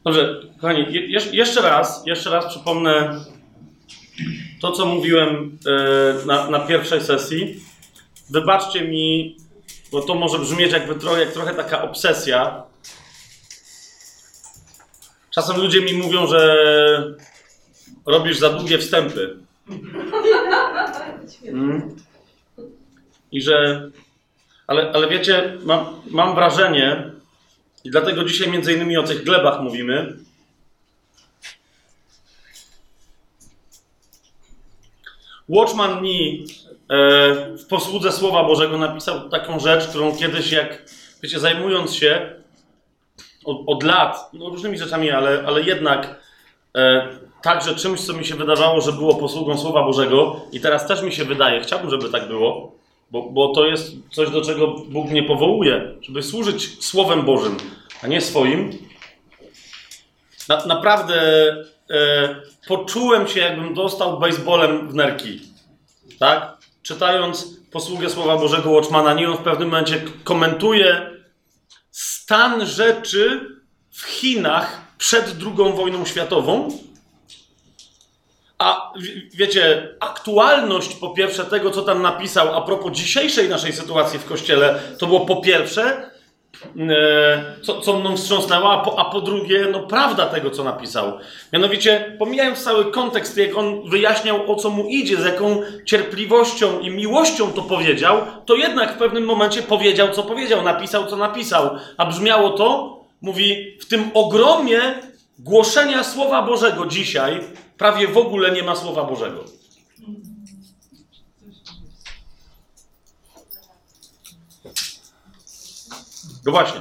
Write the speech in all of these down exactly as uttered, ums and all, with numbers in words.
Dobrze, kochani, je, jeszcze raz, jeszcze raz przypomnę to, co mówiłem yy, na, na pierwszej sesji. Wybaczcie mi, bo to może brzmieć jakby trochę, jak trochę taka obsesja. Czasem ludzie mi mówią, że robisz za długie wstępy. Mm. I że... Ale, ale wiecie, mam, mam wrażenie, i dlatego dzisiaj między innymi o tych glebach mówimy, Watchman Nee e, w posłudze Słowa Bożego napisał taką rzecz, którą kiedyś, jak wiecie, zajmując się od, od lat, no różnymi rzeczami, ale, ale jednak e, także czymś, co mi się wydawało, że było posługą Słowa Bożego i teraz też mi się wydaje, chciałbym, żeby tak było, bo, bo to jest coś, do czego Bóg mnie powołuje, żeby służyć Słowem Bożym, a nie swoim. Na, naprawdę e, poczułem się, jakbym dostał baseballem w nerki. Tak? Czytając posługę Słowa Bożego Watchmana Nee, on w pewnym momencie komentuje stan rzeczy w Chinach przed drugą wojną światową. A wiecie, aktualność po pierwsze tego, co tam napisał a propos dzisiejszej naszej sytuacji w Kościele, to było po pierwsze, e, co, co mną wstrząsnęło, a po, a po drugie, no prawda tego, co napisał. Mianowicie, pomijając cały kontekst, jak on wyjaśniał, o co mu idzie, z jaką cierpliwością i miłością to powiedział, to jednak w pewnym momencie powiedział, co powiedział, napisał, co napisał. A brzmiało to, mówi, w tym ogromie głoszenia Słowa Bożego dzisiaj prawie w ogóle nie ma Słowa Bożego. No właśnie.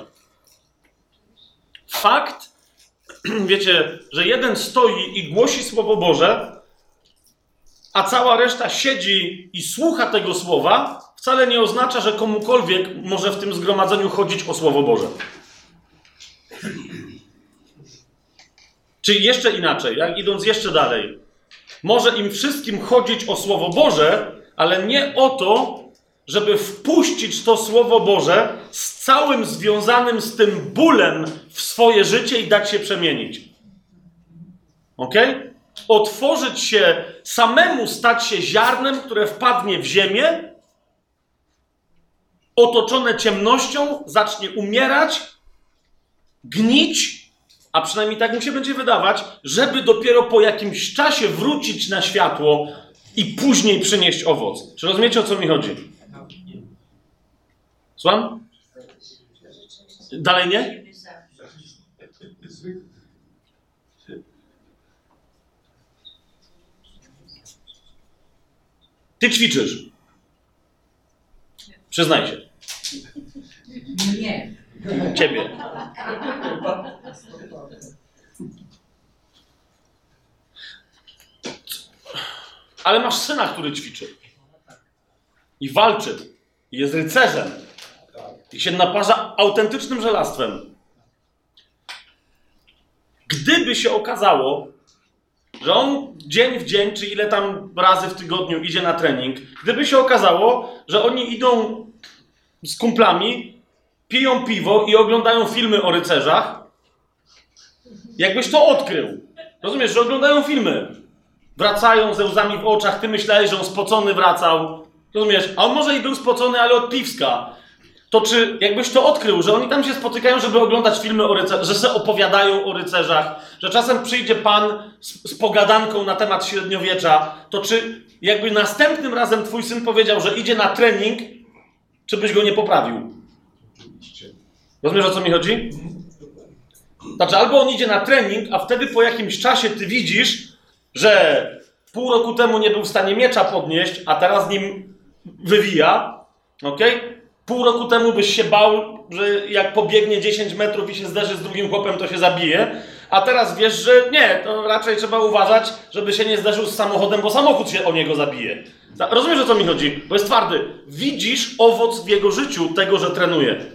Fakt, wiecie, że jeden stoi i głosi Słowo Boże, a cała reszta siedzi i słucha tego Słowa, wcale nie oznacza, że komukolwiek może w tym zgromadzeniu chodzić o Słowo Boże. Czyli jeszcze inaczej, jak idąc jeszcze dalej, może im wszystkim chodzić o Słowo Boże, ale nie o to, żeby wpuścić to Słowo Boże z całym związanym z tym bólem w swoje życie i dać się przemienić. Ok? Otworzyć się, samemu stać się ziarnem, które wpadnie w ziemię, otoczone ciemnością, zacznie umierać, gnić, a przynajmniej tak mu się będzie wydawać, żeby dopiero po jakimś czasie wrócić na światło i później przynieść owoc. Czy rozumiecie, o co mi chodzi? Słucham? Dalej nie? Ty ćwiczysz. Przyznaj się. Nie. Ciebie. Ale masz syna, który ćwiczy. I walczy. I jest rycerzem. I się naparza autentycznym żelastwem. Gdyby się okazało, że on dzień w dzień, czy ile tam razy w tygodniu idzie na trening, gdyby się okazało, że oni idą z kumplami, piją piwo i oglądają filmy o rycerzach, jakbyś to odkrył. Rozumiesz, że oglądają filmy. Wracają ze łzami w oczach, ty myślałeś, że on spocony wracał. Rozumiesz? A on może i był spocony, ale od piwska. To czy jakbyś to odkrył, że oni tam się spotykają, żeby oglądać filmy o rycerzach, że se opowiadają o rycerzach, że czasem przyjdzie pan z, z pogadanką na temat średniowiecza, to czy jakby następnym razem twój syn powiedział, że idzie na trening, czy byś go nie poprawił? Rozumiesz, o co mi chodzi? Znaczy, albo on idzie na trening, a wtedy po jakimś czasie ty widzisz, że pół roku temu nie był w stanie miecza podnieść, a teraz nim wywija, okej? Okay? Pół roku temu byś się bał, że jak pobiegnie dziesięć metrów i się zderzy z drugim chłopem, to się zabije, a teraz wiesz, że nie, to raczej trzeba uważać, żeby się nie zderzył z samochodem, bo samochód się o niego zabije. Rozumiesz, o co mi chodzi? Bo jest twardy. Widzisz owoc w jego życiu tego, że trenuje.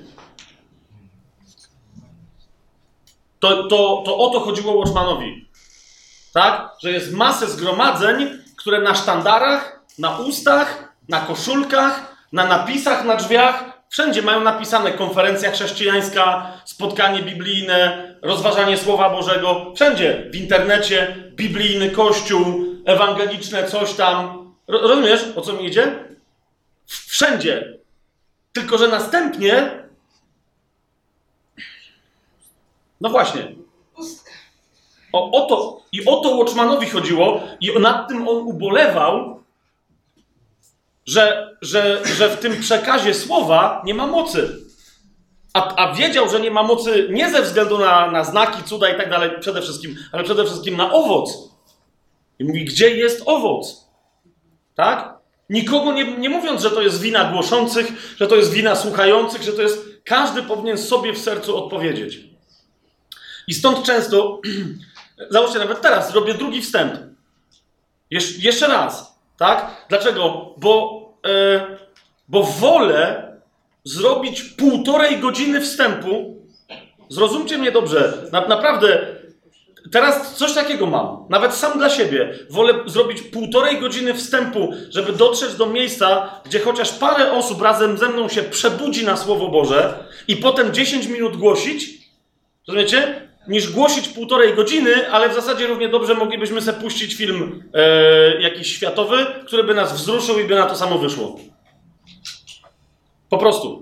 To, to, to o to chodziło Watchmanowi. Tak? Że jest masę zgromadzeń, które na sztandarach, na ustach, na koszulkach, na napisach na drzwiach Wszędzie mają napisane konferencja chrześcijańska, spotkanie biblijne, rozważanie Słowa Bożego. Wszędzie, w internecie, biblijny kościół, ewangeliczne coś tam. Rozumiesz, o co mi idzie? Wszędzie. Tylko że następnie... No właśnie. O, o to, I o to Watchmanowi chodziło i nad tym on ubolewał, że, że, że w tym przekazie słowa nie ma mocy. A, a wiedział, że nie ma mocy nie ze względu na, na znaki, cuda i tak dalej, przede wszystkim, ale przede wszystkim na owoc. I mówi, gdzie jest owoc? Tak? Nikogo nie, nie mówiąc, że to jest wina głoszących, że to jest wina słuchających, że to jest... Każdy powinien sobie w sercu odpowiedzieć. I stąd często... Załóżcie, nawet teraz zrobię drugi wstęp. Jesz, jeszcze raz. Tak? Dlaczego? Bo, e, bo wolę zrobić półtorej godziny wstępu. Zrozumcie mnie dobrze. Na, naprawdę, teraz coś takiego mam. Nawet sam dla siebie. Wolę zrobić półtorej godziny wstępu, żeby dotrzeć do miejsca, gdzie chociaż parę osób razem ze mną się przebudzi na Słowo Boże i potem dziesięć minut głosić. Rozumiecie? Niż głosić półtorej godziny, ale w zasadzie równie dobrze moglibyśmy sobie puścić film e, jakiś światowy, który by nas wzruszył i by na to samo wyszło. Po prostu.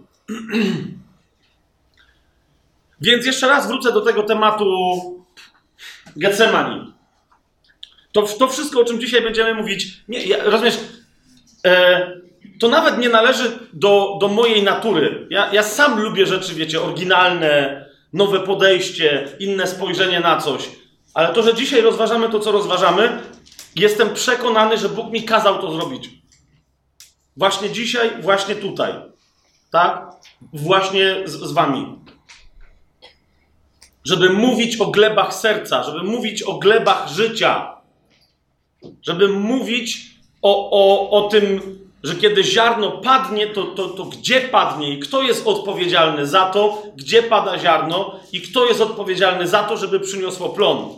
Więc jeszcze raz wrócę do tego tematu Getsemani. To, to wszystko, o czym dzisiaj będziemy mówić, nie, ja, rozumiesz, e, to nawet nie należy do, do mojej natury. Ja, ja sam lubię rzeczy, wiecie, oryginalne, nowe podejście, inne spojrzenie na coś. Ale to, że dzisiaj rozważamy to, co rozważamy, jestem przekonany, że Bóg mi kazał to zrobić. Właśnie dzisiaj, właśnie tutaj. Tak? Właśnie z, z wami. Żeby mówić o glebach serca, żeby mówić o glebach życia. Żeby mówić o, o, o tym, że kiedy ziarno padnie, to, to, to gdzie padnie i kto jest odpowiedzialny za to, gdzie pada ziarno i kto jest odpowiedzialny za to, żeby przyniosło plon.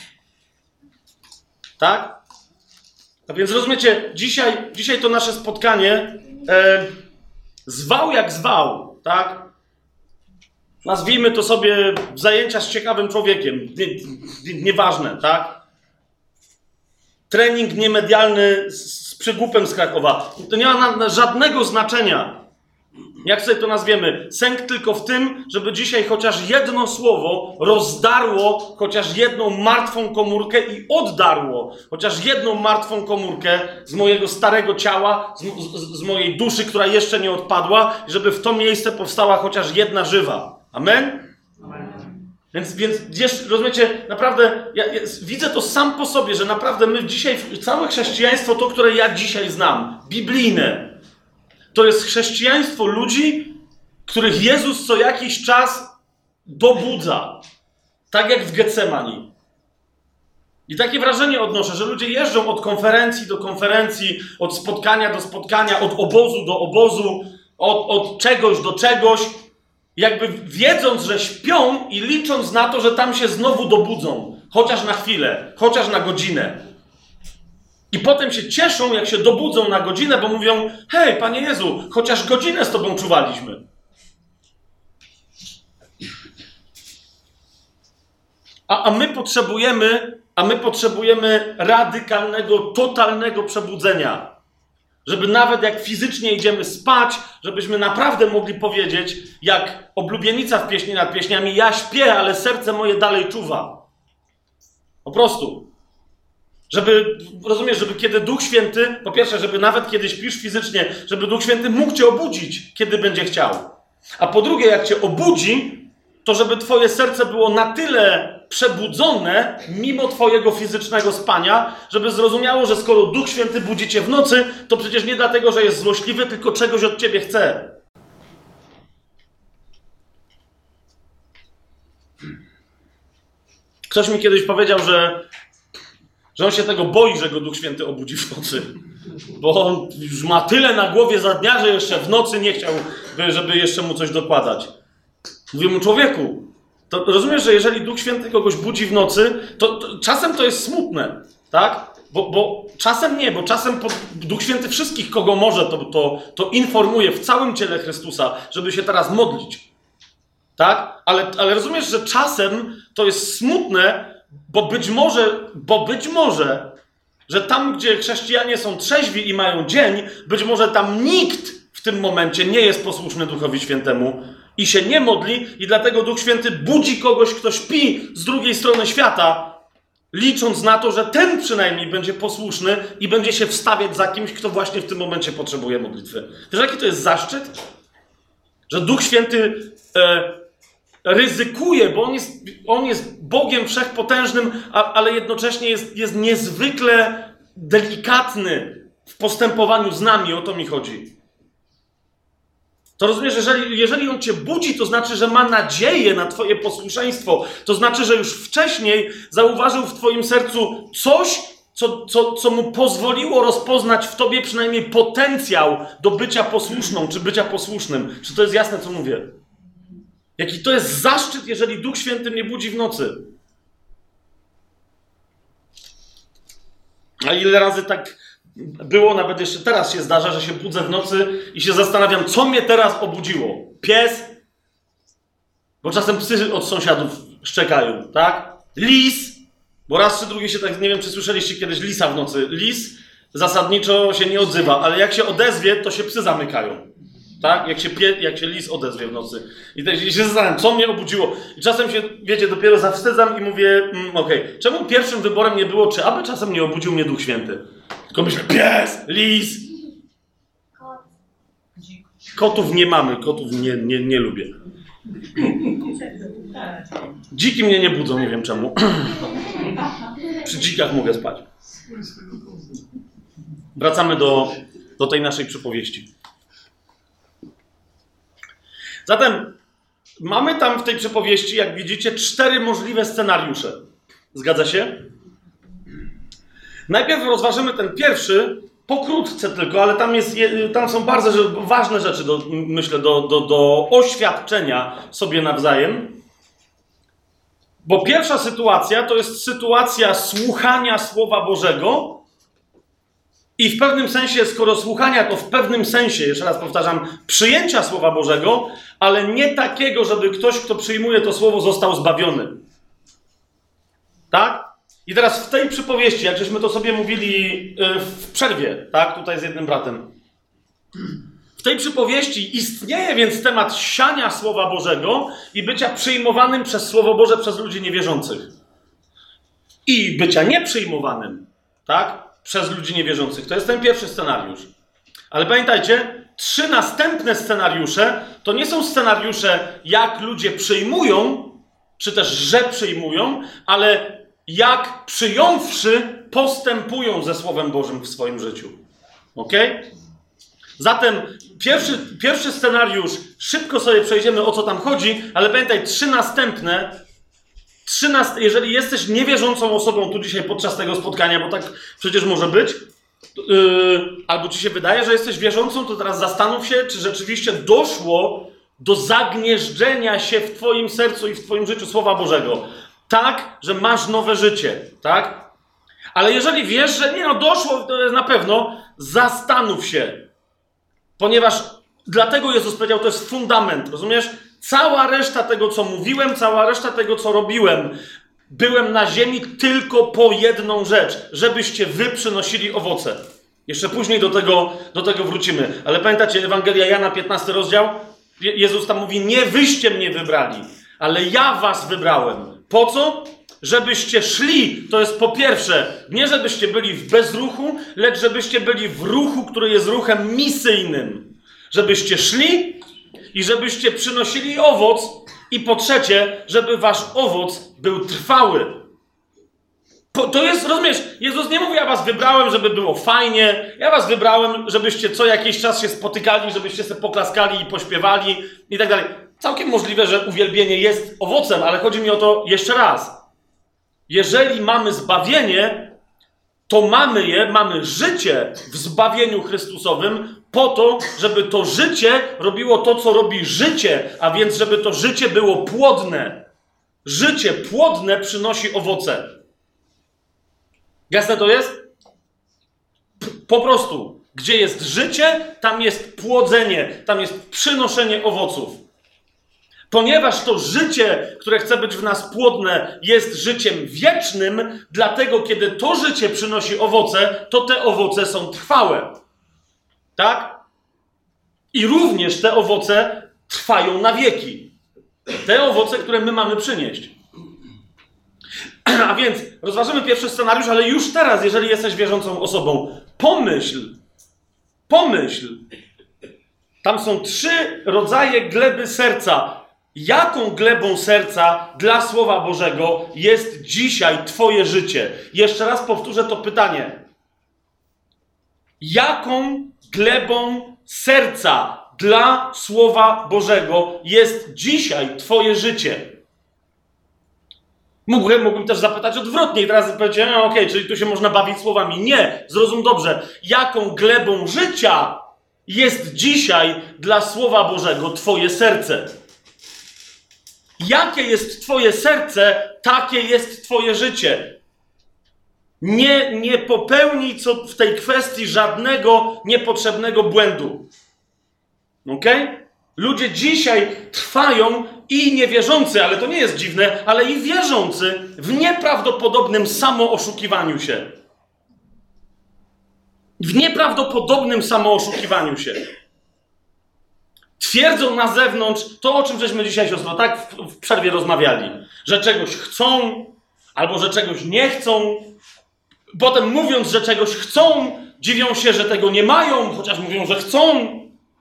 Tak? A więc rozumiecie, dzisiaj, dzisiaj to nasze spotkanie e, zwał jak zwał, tak? Nazwijmy to sobie zajęcia z ciekawym człowiekiem. Nie, nie, nieważne, tak? Trening niemedialny z, z przygłupem z Krakowa. To nie ma na, żadnego znaczenia. Jak sobie to nazwiemy? Sęk tylko w tym, żeby dzisiaj chociaż jedno słowo rozdarło chociaż jedną martwą komórkę i oddarło chociaż jedną martwą komórkę z mojego starego ciała, z, z, z mojej duszy, która jeszcze nie odpadła, żeby w to miejsce powstała chociaż jedna żywa. Amen? Amen. Więc, więc wiesz, rozumiecie, naprawdę ja, ja widzę to sam po sobie, że naprawdę my dzisiaj, całe chrześcijaństwo, to, które ja dzisiaj znam, biblijne, to jest chrześcijaństwo ludzi, których Jezus co jakiś czas dobudza. Tak jak w Getsemani. I takie wrażenie odnoszę, że ludzie jeżdżą od konferencji do konferencji, od spotkania do spotkania, od obozu do obozu, od, od czegoś do czegoś, jakby wiedząc, że śpią i licząc na to, że tam się znowu dobudzą. Chociaż na chwilę, chociaż na godzinę. I potem się cieszą, jak się dobudzą na godzinę, bo mówią: hej, Panie Jezu, chociaż godzinę z Tobą czuwaliśmy. A, a my potrzebujemy, a my potrzebujemy radykalnego, totalnego przebudzenia. Żeby nawet jak fizycznie idziemy spać, żebyśmy naprawdę mogli powiedzieć, jak oblubienica w Pieśni nad Pieśniami: ja śpię, ale serce moje dalej czuwa. Po prostu. Żeby, rozumiesz, żeby kiedy Duch Święty, po pierwsze, żeby nawet kiedy śpisz fizycznie, żeby Duch Święty mógł cię obudzić, kiedy będzie chciał. A po drugie, jak cię obudzi, to żeby twoje serce było na tyle przebudzone, mimo twojego fizycznego spania, żeby zrozumiało, że skoro Duch Święty budzi cię w nocy, to przecież nie dlatego, że jest złośliwy, tylko czegoś od ciebie chce. Ktoś mi kiedyś powiedział, że że on się tego boi, że go Duch Święty obudzi w nocy. Bo on już ma tyle na głowie za dnia, że jeszcze w nocy nie chciał, żeby jeszcze mu coś dokładać. Mówię mu: człowieku, to rozumiesz, że jeżeli Duch Święty kogoś budzi w nocy, to, to czasem to jest smutne, tak? Bo, bo czasem nie, bo czasem po, Duch Święty wszystkich, kogo może, to, to, to informuje w całym ciele Chrystusa, żeby się teraz modlić. Tak? Ale, ale rozumiesz, że czasem to jest smutne, bo być może, bo być może, że tam, gdzie chrześcijanie są trzeźwi i mają dzień, być może tam nikt w tym momencie nie jest posłuszny Duchowi Świętemu i się nie modli i dlatego Duch Święty budzi kogoś, kto śpi z drugiej strony świata, licząc na to, że ten przynajmniej będzie posłuszny i będzie się wstawiać za kimś, kto właśnie w tym momencie potrzebuje modlitwy. Wiesz, jaki to jest zaszczyt? Że Duch Święty e, ryzykuje, bo on jest, on jest Bogiem wszechpotężnym, a, ale jednocześnie jest, jest niezwykle delikatny w postępowaniu z nami, o to mi chodzi. To rozumiesz, jeżeli, jeżeli on cię budzi, to znaczy, że ma nadzieję na twoje posłuszeństwo. To znaczy, że już wcześniej zauważył w twoim sercu coś, co, co, co mu pozwoliło rozpoznać w tobie przynajmniej potencjał do bycia posłuszną, czy bycia posłusznym. Czy to jest jasne, co mówię? Jaki to jest zaszczyt, jeżeli Duch Święty mnie budzi w nocy. A ile razy tak było, nawet jeszcze teraz się zdarza, że się budzę w nocy i się zastanawiam, co mnie teraz obudziło. Pies, bo czasem psy od sąsiadów szczekają, tak? Lis, bo raz czy drugi się tak, nie wiem, czy słyszeliście kiedyś lisa w nocy. Lis zasadniczo się nie odzywa, ale jak się odezwie, to się psy zamykają. Tak? Jak się, pie, jak się lis odezwie w nocy. I, te, i się zastanawiam, co mnie obudziło. I czasem się, wiecie, dopiero zawstydzam i mówię, mm, okej, okay. Czemu pierwszym wyborem nie było, czy aby czasem nie obudził mnie Duch Święty? Tylko myślę, pies, lis. Kotów nie mamy, kotów nie, nie, nie lubię. Dziki mnie nie budzą, nie wiem czemu. Przy dzikach mogę spać. Wracamy do, do tej naszej przypowieści. Zatem mamy tam w tej przypowieści, jak widzicie, cztery możliwe scenariusze. Zgadza się? Najpierw rozważymy ten pierwszy, pokrótce tylko, ale tam, jest, tam są bardzo ważne rzeczy, do, myślę, do, do, do oświadczenia sobie nawzajem. Bo pierwsza sytuacja to jest sytuacja słuchania Słowa Bożego i w pewnym sensie, skoro słuchania, to w pewnym sensie, jeszcze raz powtarzam, przyjęcia Słowa Bożego, ale nie takiego, żeby ktoś, kto przyjmuje to Słowo, został zbawiony. Tak? I teraz w tej przypowieści, jak żeśmy to sobie mówili w przerwie, tak, tutaj z jednym bratem. W tej przypowieści istnieje więc temat siania Słowa Bożego i bycia przyjmowanym przez Słowo Boże przez ludzi niewierzących. I bycia nieprzyjmowanym, tak, przez ludzi niewierzących. To jest ten pierwszy scenariusz. Ale pamiętajcie, trzy następne scenariusze to nie są scenariusze, jak ludzie przyjmują, czy też, że przyjmują, ale jak przyjąwszy, postępują ze Słowem Bożym w swoim życiu. Ok? Zatem pierwszy, pierwszy scenariusz, szybko sobie przejdziemy, o co tam chodzi, ale pamiętaj, trzy następne, trzy nast... jeżeli jesteś niewierzącą osobą tu dzisiaj podczas tego spotkania, bo tak przecież może być, yy, albo ci się wydaje, że jesteś wierzącą, to teraz zastanów się, czy rzeczywiście doszło do zagnieżdżenia się w twoim sercu i w twoim życiu Słowa Bożego. Tak, że masz nowe życie, tak? Ale jeżeli wiesz, że nie no, doszło, to jest na pewno, zastanów się. Ponieważ dlatego Jezus powiedział, to jest fundament, rozumiesz? Cała reszta tego, co mówiłem, cała reszta tego, co robiłem, byłem na ziemi tylko po jedną rzecz, żebyście wy przynosili owoce. Jeszcze później do tego, do tego wrócimy. Ale pamiętacie, Ewangelia Jana, piętnasty rozdział? Je- Jezus tam mówi, nie wyście mnie wybrali, ale ja was wybrałem. Po co? Żebyście szli, to jest po pierwsze, nie żebyście byli w bezruchu, lecz żebyście byli w ruchu, który jest ruchem misyjnym. Żebyście szli i żebyście przynosili owoc i po trzecie, żeby wasz owoc był trwały. Po, to jest, rozumiesz, Jezus nie mówi, ja was wybrałem, żeby było fajnie, ja was wybrałem, żebyście co jakiś czas się spotykali, żebyście sobie poklaskali i pośpiewali i tak dalej. Całkiem możliwe, że uwielbienie jest owocem, ale chodzi mi o to jeszcze raz. Jeżeli mamy zbawienie, to mamy je, mamy życie w zbawieniu Chrystusowym po to, żeby to życie robiło to, co robi życie, a więc żeby to życie było płodne. Życie płodne przynosi owoce. Jasne to jest? Po prostu. Gdzie jest życie, tam jest płodzenie, tam jest przynoszenie owoców. Ponieważ to życie, które chce być w nas płodne, jest życiem wiecznym, dlatego kiedy to życie przynosi owoce, to te owoce są trwałe. Tak? I również te owoce trwają na wieki. Te owoce, które my mamy przynieść. A więc rozważymy pierwszy scenariusz, ale już teraz, jeżeli jesteś wierzącą osobą, pomyśl, pomyśl. Tam są trzy rodzaje gleby serca. Jaką glebą serca dla Słowa Bożego jest dzisiaj twoje życie? Jeszcze raz powtórzę to pytanie. Jaką glebą serca dla Słowa Bożego jest dzisiaj twoje życie? Mógłbym, mógłbym też zapytać odwrotnie i teraz powiedzieć, no okej, okay, czyli tu się można bawić słowami. Nie, zrozum dobrze. Jaką glebą życia jest dzisiaj dla Słowa Bożego twoje serce? Jakie jest twoje serce, takie jest twoje życie. Nie, nie popełnij co w tej kwestii żadnego niepotrzebnego błędu. Okej? Okay? Ludzie dzisiaj trwają i niewierzący, ale to nie jest dziwne, ale i wierzący w nieprawdopodobnym samooszukiwaniu się. W nieprawdopodobnym samooszukiwaniu się. Twierdzą na zewnątrz to, o czym żeśmy dzisiaj, siostro, tak w, w przerwie rozmawiali, że czegoś chcą, albo że czegoś nie chcą. Potem mówiąc, że czegoś chcą, dziwią się, że tego nie mają, chociaż mówią, że chcą.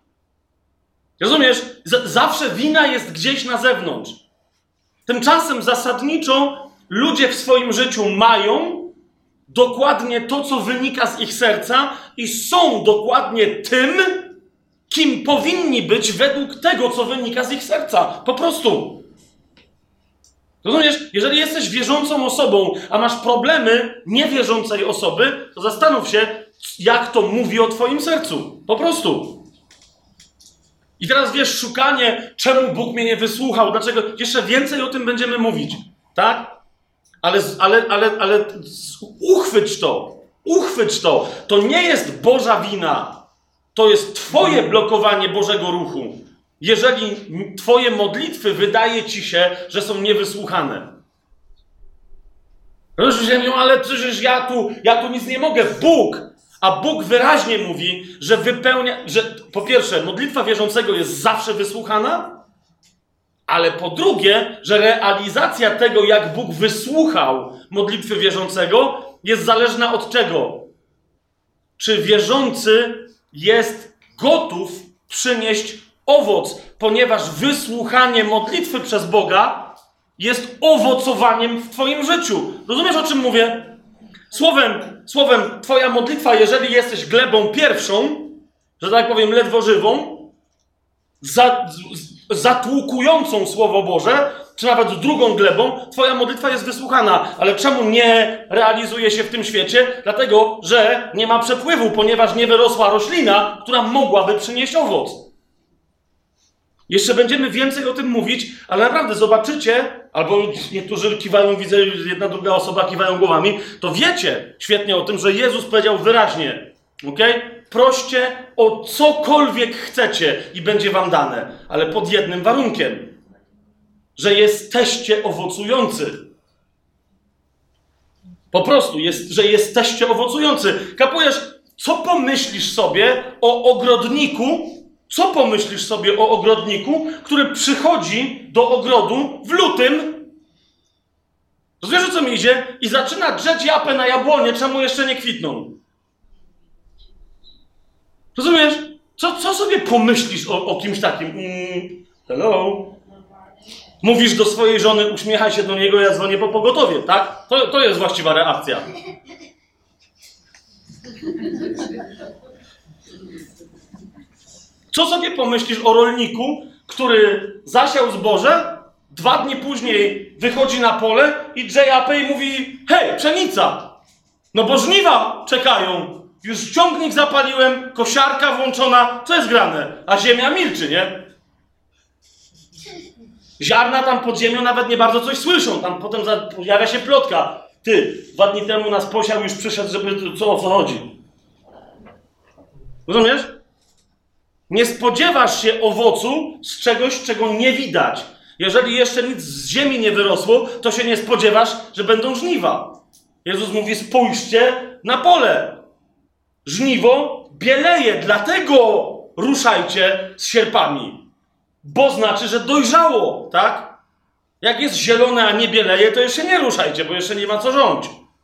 Rozumiesz? Z- zawsze wina jest gdzieś na zewnątrz. Tymczasem zasadniczo ludzie w swoim życiu mają dokładnie to, co wynika z ich serca i są dokładnie tym, kim powinni być według tego, co wynika z ich serca. Po prostu. Rozumiesz? Jeżeli jesteś wierzącą osobą, a masz problemy niewierzącej osoby, to zastanów się, jak to mówi o twoim sercu. Po prostu. I teraz wiesz, szukanie, czemu Bóg mnie nie wysłuchał, dlaczego, jeszcze więcej o tym będziemy mówić, tak? Ale, ale, ale, ale uchwyć to, uchwyć to. To nie jest Boża wina, to jest twoje blokowanie Bożego ruchu, jeżeli twoje modlitwy wydaje ci się, że są niewysłuchane. Rozumiesz, mówią, ale przecież ja tu, ja tu nic nie mogę, Bóg. A Bóg wyraźnie mówi, że wypełnia, że po pierwsze, modlitwa wierzącego jest zawsze wysłuchana, ale po drugie, że realizacja tego, jak Bóg wysłuchał modlitwy wierzącego, jest zależna od czego? Czy wierzący jest gotów przynieść owoc, ponieważ wysłuchanie modlitwy przez Boga jest owocowaniem w twoim życiu. Rozumiesz, o czym mówię? Słowem, słowem, twoja modlitwa, jeżeli jesteś glebą pierwszą, że tak powiem ledwo żywą, za, z, zatłukującą Słowo Boże, czy nawet drugą glebą, twoja modlitwa jest wysłuchana. Ale czemu nie realizuje się w tym świecie? Dlatego, że nie ma przepływu, ponieważ nie wyrosła roślina, która mogłaby przynieść owoc. Jeszcze będziemy więcej o tym mówić, ale naprawdę zobaczycie, albo niektórzy kiwają, widzę, jedna, druga osoba kiwają głowami, to wiecie świetnie o tym, że Jezus powiedział wyraźnie, okej? Okay? Proście o cokolwiek chcecie i będzie wam dane, ale pod jednym warunkiem, że jesteście owocujący. Po prostu, jest, że jesteście owocujący. Kapujesz, co pomyślisz sobie o ogrodniku, Co pomyślisz sobie o ogrodniku, który przychodzi do ogrodu w lutym, rozumiesz, o co mi idzie, i zaczyna drzeć japę na jabłonie, czemu jeszcze nie kwitną? Rozumiesz? Co, co sobie pomyślisz o, o kimś takim? Mm, hello? Mówisz do swojej żony, uśmiechaj się do niego, ja dzwonię po pogotowie, tak? To, to jest właściwa reakcja. Co sobie pomyślisz o rolniku, który zasiał zboże, dwa dni później wychodzi na pole i drze japę i mówi, hej, pszenica! No bo żniwa czekają. Już ciągnik zapaliłem, kosiarka włączona, co jest grane? A ziemia milczy, nie? Ziarna tam pod ziemią nawet nie bardzo coś słyszą. Tam potem pojawia się plotka. Ty, dwa dni temu nas posiał, już przyszedł, żeby... Co, o co chodzi? Rozumiesz? Nie spodziewasz się owocu z czegoś, czego nie widać. Jeżeli jeszcze nic z ziemi nie wyrosło, to się nie spodziewasz, że będą żniwa. Jezus mówi, spójrzcie na pole. Żniwo bieleje, dlatego ruszajcie z sierpami. Bo znaczy, że dojrzało, tak? Jak jest zielone, a nie bieleje, to jeszcze nie ruszajcie, bo jeszcze nie ma co rządź.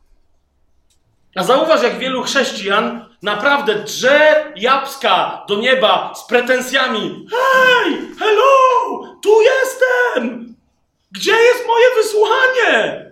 A zauważ, jak wielu chrześcijan naprawdę drze jabłka do nieba z pretensjami. Hej, hello, tu jestem! Gdzie jest moje wysłuchanie?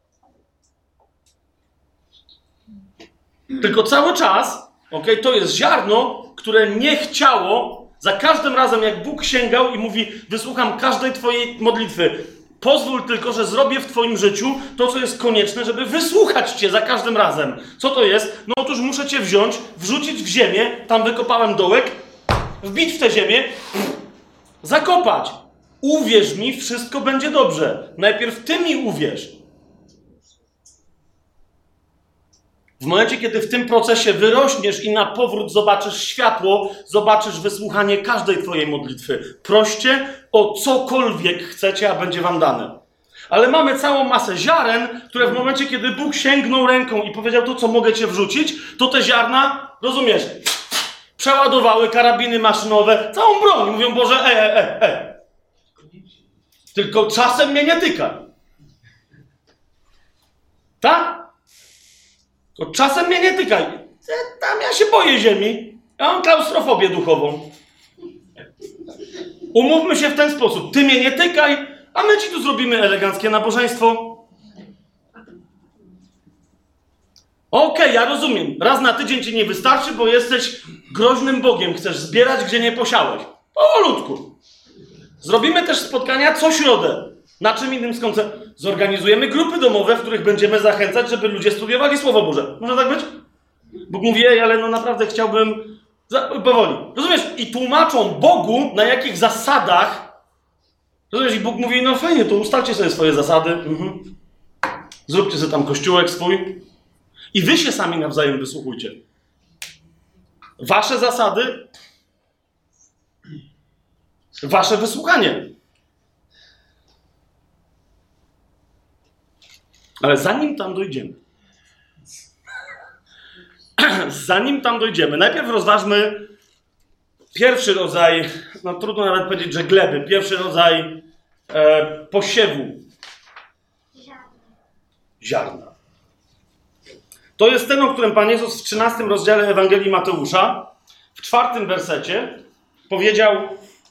Tylko cały czas, okej, to jest ziarno, które nie chciało, za każdym razem jak Bóg sięgał i mówi, wysłucham każdej twojej modlitwy, pozwól tylko, że zrobię w twoim życiu to, co jest konieczne, żeby wysłuchać cię za każdym razem. Co to jest? No otóż muszę cię wziąć, wrzucić w ziemię, tam wykopałem dołek, wbić w tę ziemię, zakopać. Uwierz mi, wszystko będzie dobrze. Najpierw ty mi uwierz. W momencie, kiedy w tym procesie wyrośniesz i na powrót zobaczysz światło, zobaczysz wysłuchanie każdej twojej modlitwy. Proście o cokolwiek chcecie, a będzie wam dane. Ale mamy całą masę ziaren, które w momencie, kiedy Bóg sięgnął ręką i powiedział to, co mogę cię wrzucić, to te ziarna, rozumiesz, przeładowały karabiny maszynowe, całą broń. Mówią, Boże, e, e, e, e. Tylko czasem mnie nie tykaj. Tak? Tylko czasem mnie nie tykaj. Tam ja się boję ziemi. Ja mam klaustrofobię duchową. Umówmy się w ten sposób. Ty mnie nie tykaj, a my ci tu zrobimy eleganckie nabożeństwo. Okej, okay, ja rozumiem. Raz na tydzień ci nie wystarczy, bo jesteś groźnym Bogiem. Chcesz zbierać, gdzie nie posiałeś. Powolutku. Zrobimy też spotkania co środę. Na czym innym skończę? Zorganizujemy grupy domowe, w których będziemy zachęcać, żeby ludzie studiowali Słowo Boże. Może tak być? Bóg mówi, ej, ale no naprawdę chciałbym... Za... Powoli. Rozumiesz? I tłumaczą Bogu, na jakich zasadach... Rozumiesz? I Bóg mówi, no fajnie, to ustalcie sobie swoje zasady. Mhm. Zróbcie sobie tam kościółek swój. I wy się sami nawzajem wysłuchujcie. Wasze zasady... Wasze wysłuchanie. Ale zanim tam dojdziemy, zanim tam dojdziemy, najpierw rozważmy pierwszy rodzaj, no trudno nawet powiedzieć, że gleby, pierwszy rodzaj e, posiewu. Ziarna. To jest ten, o którym Pan Jezus w trzynastym rozdziale Ewangelii Mateusza, w czwartym wersecie powiedział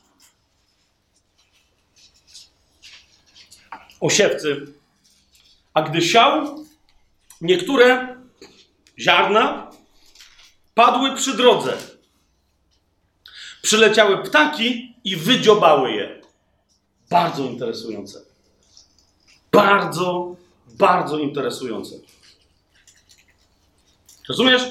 o siewcy. A gdy siał, niektóre ziarna padły przy drodze. Przyleciały ptaki i wydziobały je. Bardzo interesujące. Bardzo, bardzo interesujące. Rozumiesz?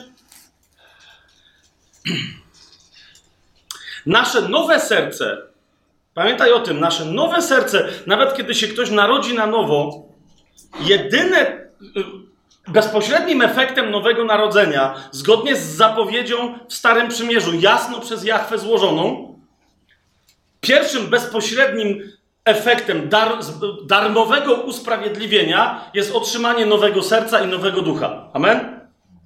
Nasze nowe serce, pamiętaj o tym, nasze nowe serce, nawet kiedy się ktoś narodzi na nowo, jedyne, bezpośrednim efektem nowego narodzenia, zgodnie z zapowiedzią w Starym Przymierzu, jasno przez Jahwe złożoną, pierwszym bezpośrednim efektem dar, darmowego usprawiedliwienia jest otrzymanie nowego serca i nowego ducha. Amen?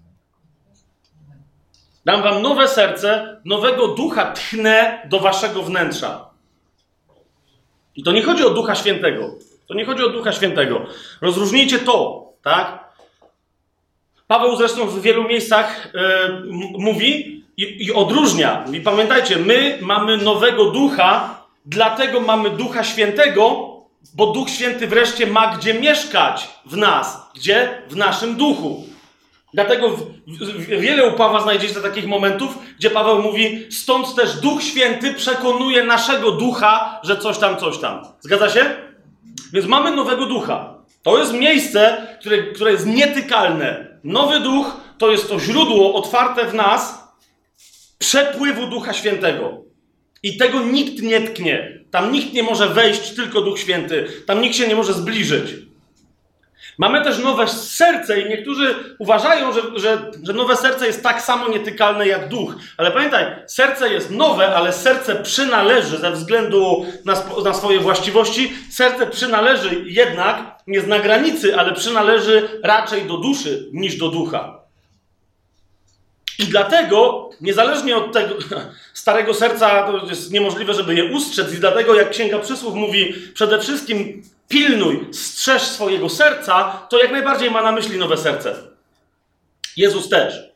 Dam wam nowe serce, nowego ducha tchnę do waszego wnętrza. I to nie chodzi o Ducha Świętego. To nie chodzi o Ducha Świętego. Rozróżnijcie to, tak? Paweł zresztą w wielu miejscach yy, mówi i, i odróżnia. I pamiętajcie, my mamy nowego ducha, dlatego mamy Ducha Świętego, bo Duch Święty wreszcie ma gdzie mieszkać w nas. Gdzie? W naszym duchu. Dlatego w, w, wiele u Pawła znajdziecie takich momentów, gdzie Paweł mówi, stąd też Duch Święty przekonuje naszego ducha, że coś tam, coś tam. Zgadza się? Więc mamy nowego ducha. To jest miejsce, które, które jest nietykalne. Nowy duch to jest to źródło otwarte w nas przepływu Ducha Świętego. I tego nikt nie tknie. Tam nikt nie może wejść, tylko Duch Święty. Tam nikt się nie może zbliżyć. Mamy też nowe serce i niektórzy uważają, że, że, że nowe serce jest tak samo nietykalne jak duch. Ale pamiętaj, serce jest nowe, ale serce przynależy ze względu na, sp- na swoje właściwości. Serce przynależy jednak, nie z na granicy, ale przynależy raczej do duszy niż do ducha. I dlatego, niezależnie od tego starego serca, to jest niemożliwe, żeby je ustrzec. I dlatego, jak Księga Przysłów mówi, przede wszystkim pilnuj, strzeż swojego serca, to jak najbardziej ma na myśli nowe serce. Jezus też.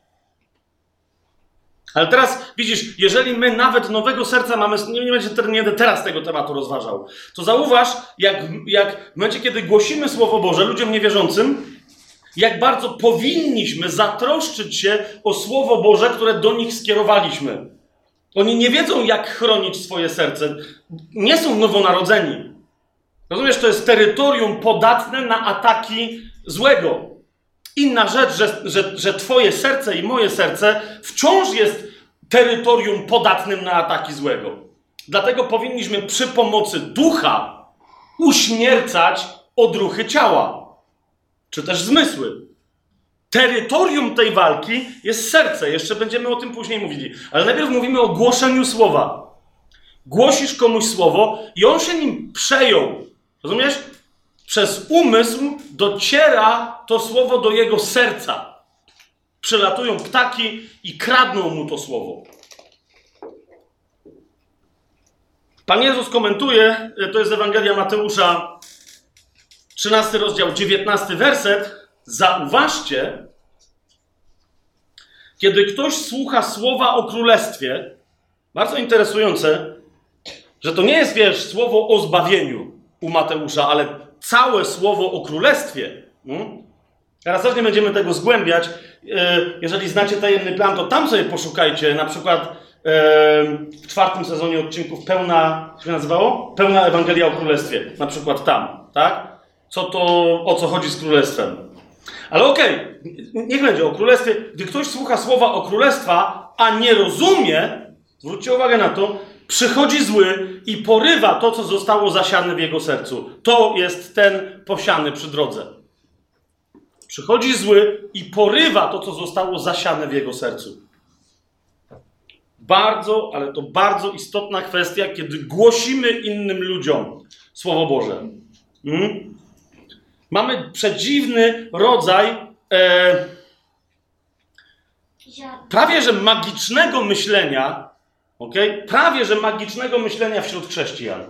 Ale teraz widzisz, jeżeli my nawet nowego serca mamy, nie, nie, będzie, nie będę teraz tego tematu rozważał, to zauważ, jak, jak w momencie, kiedy głosimy Słowo Boże ludziom niewierzącym, jak bardzo powinniśmy zatroszczyć się o Słowo Boże, które do nich skierowaliśmy. Oni nie wiedzą, jak chronić swoje serce. Nie są nowonarodzeni. Rozumiesz, to jest terytorium podatne na ataki złego. Inna rzecz, że, że, że twoje serce i moje serce wciąż jest terytorium podatnym na ataki złego. Dlatego powinniśmy przy pomocy ducha uśmiercać odruchy ciała. Czy też zmysły. Terytorium tej walki jest serce. Jeszcze będziemy o tym później mówili. Ale najpierw mówimy o głoszeniu słowa. Głosisz komuś słowo i on się nim przejął. Rozumiesz? Przez umysł dociera to słowo do jego serca. Przylatują ptaki i kradną mu to słowo. Pan Jezus komentuje, to jest Ewangelia Mateusza, trzynasty rozdział, dziewiętnasty werset. Zauważcie, kiedy ktoś słucha słowa o królestwie, bardzo interesujące, że to nie jest, wiesz, słowo o zbawieniu u Mateusza, ale całe słowo o królestwie. Hmm? Teraz też nie będziemy tego zgłębiać. Jeżeli znacie tajemny plan, to tam sobie poszukajcie. Na przykład w czwartym sezonie odcinków pełna, jak się nazywało? Pełna Ewangelia o królestwie. Na przykład tam, tak? Co to, o co chodzi z królestwem. Ale okej, okay, niech będzie o królestwie. Gdy ktoś słucha słowa o królestwa, a nie rozumie, zwróćcie uwagę na to, przychodzi zły i porywa to, co zostało zasiane w jego sercu. To jest ten posiany przy drodze. Przychodzi zły i porywa to, co zostało zasiane w jego sercu. Bardzo, ale to bardzo istotna kwestia, kiedy głosimy innym ludziom Słowo Boże. Hmm? Mamy przedziwny rodzaj e, prawie że magicznego myślenia, okay? prawie że magicznego myślenia wśród chrześcijan,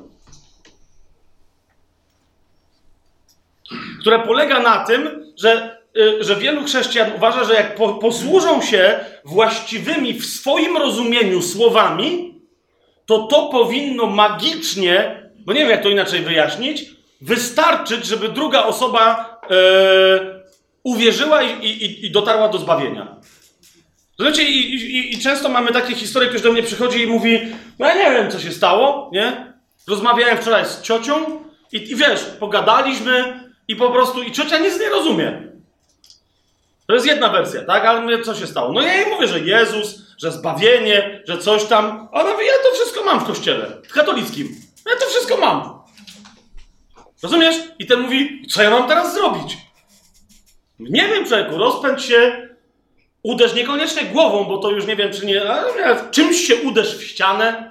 które polega na tym, że, y, że wielu chrześcijan uważa, że jak po, posłużą się właściwymi w swoim rozumieniu słowami, to to powinno magicznie, bo nie wiem jak to inaczej wyjaśnić, wystarczyć, żeby druga osoba e, uwierzyła i, i, i dotarła do zbawienia. Znaczy, i, i, i często mamy takie historie, ktoś do mnie przychodzi i mówi, no ja nie wiem, co się stało, nie? Rozmawiałem wczoraj z ciocią i, i wiesz, pogadaliśmy i po prostu, i ciocia nic nie rozumie. To jest jedna wersja, tak? Ale mówię, co się stało? No ja jej mówię, że Jezus, że zbawienie, że coś tam. A ona mówi, ja to wszystko mam w kościele, w katolickim. Ja to wszystko mam. Rozumiesz? I ten mówi, co ja mam teraz zrobić? Nie wiem, człowieku, rozpędź się, uderz niekoniecznie głową, bo to już nie wiem, czy nie, ale czymś się uderz w ścianę,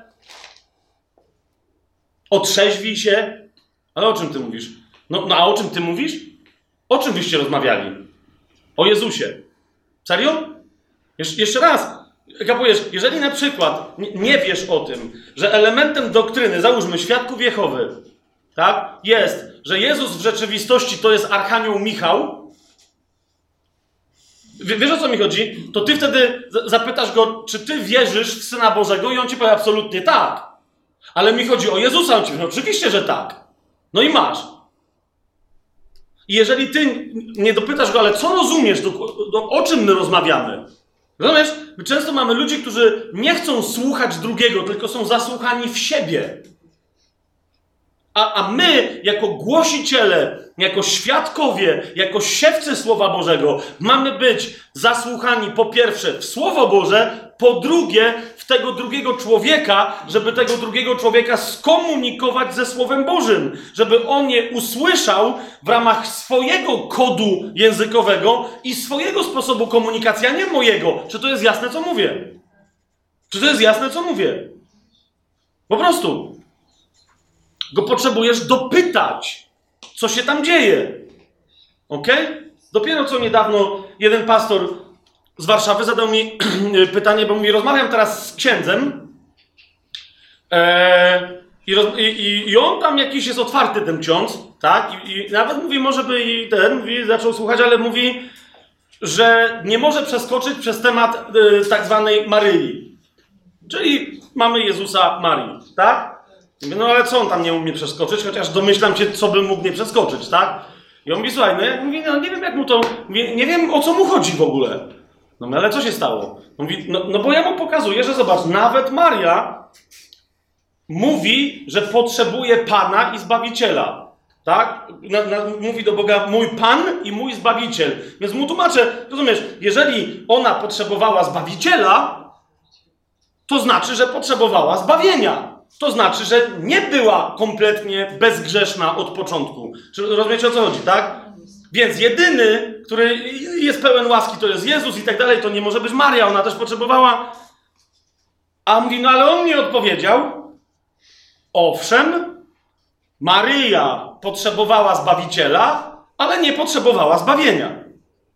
otrzeźwij się. Ale o czym ty mówisz? No, no a o czym ty mówisz? O czym wyście rozmawiali? O Jezusie. Serio? Jesz jeszcze raz. Kapujesz, jeżeli na przykład nie, nie wiesz o tym, że elementem doktryny, załóżmy Świadków Jehowy, tak, jest, że Jezus w rzeczywistości to jest Archanioł Michał, w, wiesz o co mi chodzi? To ty wtedy zapytasz go, czy ty wierzysz w Syna Bożego i on ci powie absolutnie tak. Ale mi chodzi o Jezusa, on ci powie, no oczywiście, że tak. No i masz. I jeżeli ty nie dopytasz go, ale co rozumiesz, do, do, o czym my rozmawiamy? Rozumiesz? My często mamy ludzi, którzy nie chcą słuchać drugiego, tylko są zasłuchani w siebie. A, a my, jako głosiciele, jako świadkowie, jako siewcy Słowa Bożego, mamy być zasłuchani po pierwsze w Słowo Boże, po drugie w tego drugiego człowieka, żeby tego drugiego człowieka skomunikować ze Słowem Bożym, żeby on je usłyszał w ramach swojego kodu językowego i swojego sposobu komunikacji, a nie mojego. Czy to jest jasne, co mówię? Czy to jest jasne, co mówię? Po prostu. Go potrzebujesz dopytać, co się tam dzieje. Ok? Dopiero co niedawno jeden pastor z Warszawy zadał mi pytanie, bo mówi, rozmawiam teraz z księdzem e, i, roz, i, i on tam jakiś jest otwarty, ten ksiądz, tak? I, i nawet mówi, może by i ten, mówi, zaczął słuchać, ale mówi, że nie może przeskoczyć przez temat e, tak zwanej Maryi. Czyli mamy Jezusa Marii, tak? Mówię, no ale co on tam nie umie przeskoczyć, chociaż domyślam się, co by mógł nie przeskoczyć, tak? I on mówi, słuchaj, no, ja mówi, no nie wiem jak mu to, mówię, nie wiem o co mu chodzi w ogóle. No ale co się stało? Mówi, no, no bo ja mu pokazuję, że zobacz, nawet Maria mówi, że potrzebuje Pana i Zbawiciela, tak? Na, na, mówi do Boga, mój Pan i mój Zbawiciel. Więc mu tłumaczę, rozumiesz, jeżeli ona potrzebowała Zbawiciela, to znaczy, że potrzebowała zbawienia. To znaczy, że nie była kompletnie bezgrzeszna od początku. Czy rozumiecie, o co chodzi, tak? Więc jedyny, który jest pełen łaski, to jest Jezus i tak dalej, to nie może być Maria, ona też potrzebowała. A mówi, no ale on nie odpowiedział. Owszem, Maryja potrzebowała Zbawiciela, ale nie potrzebowała zbawienia.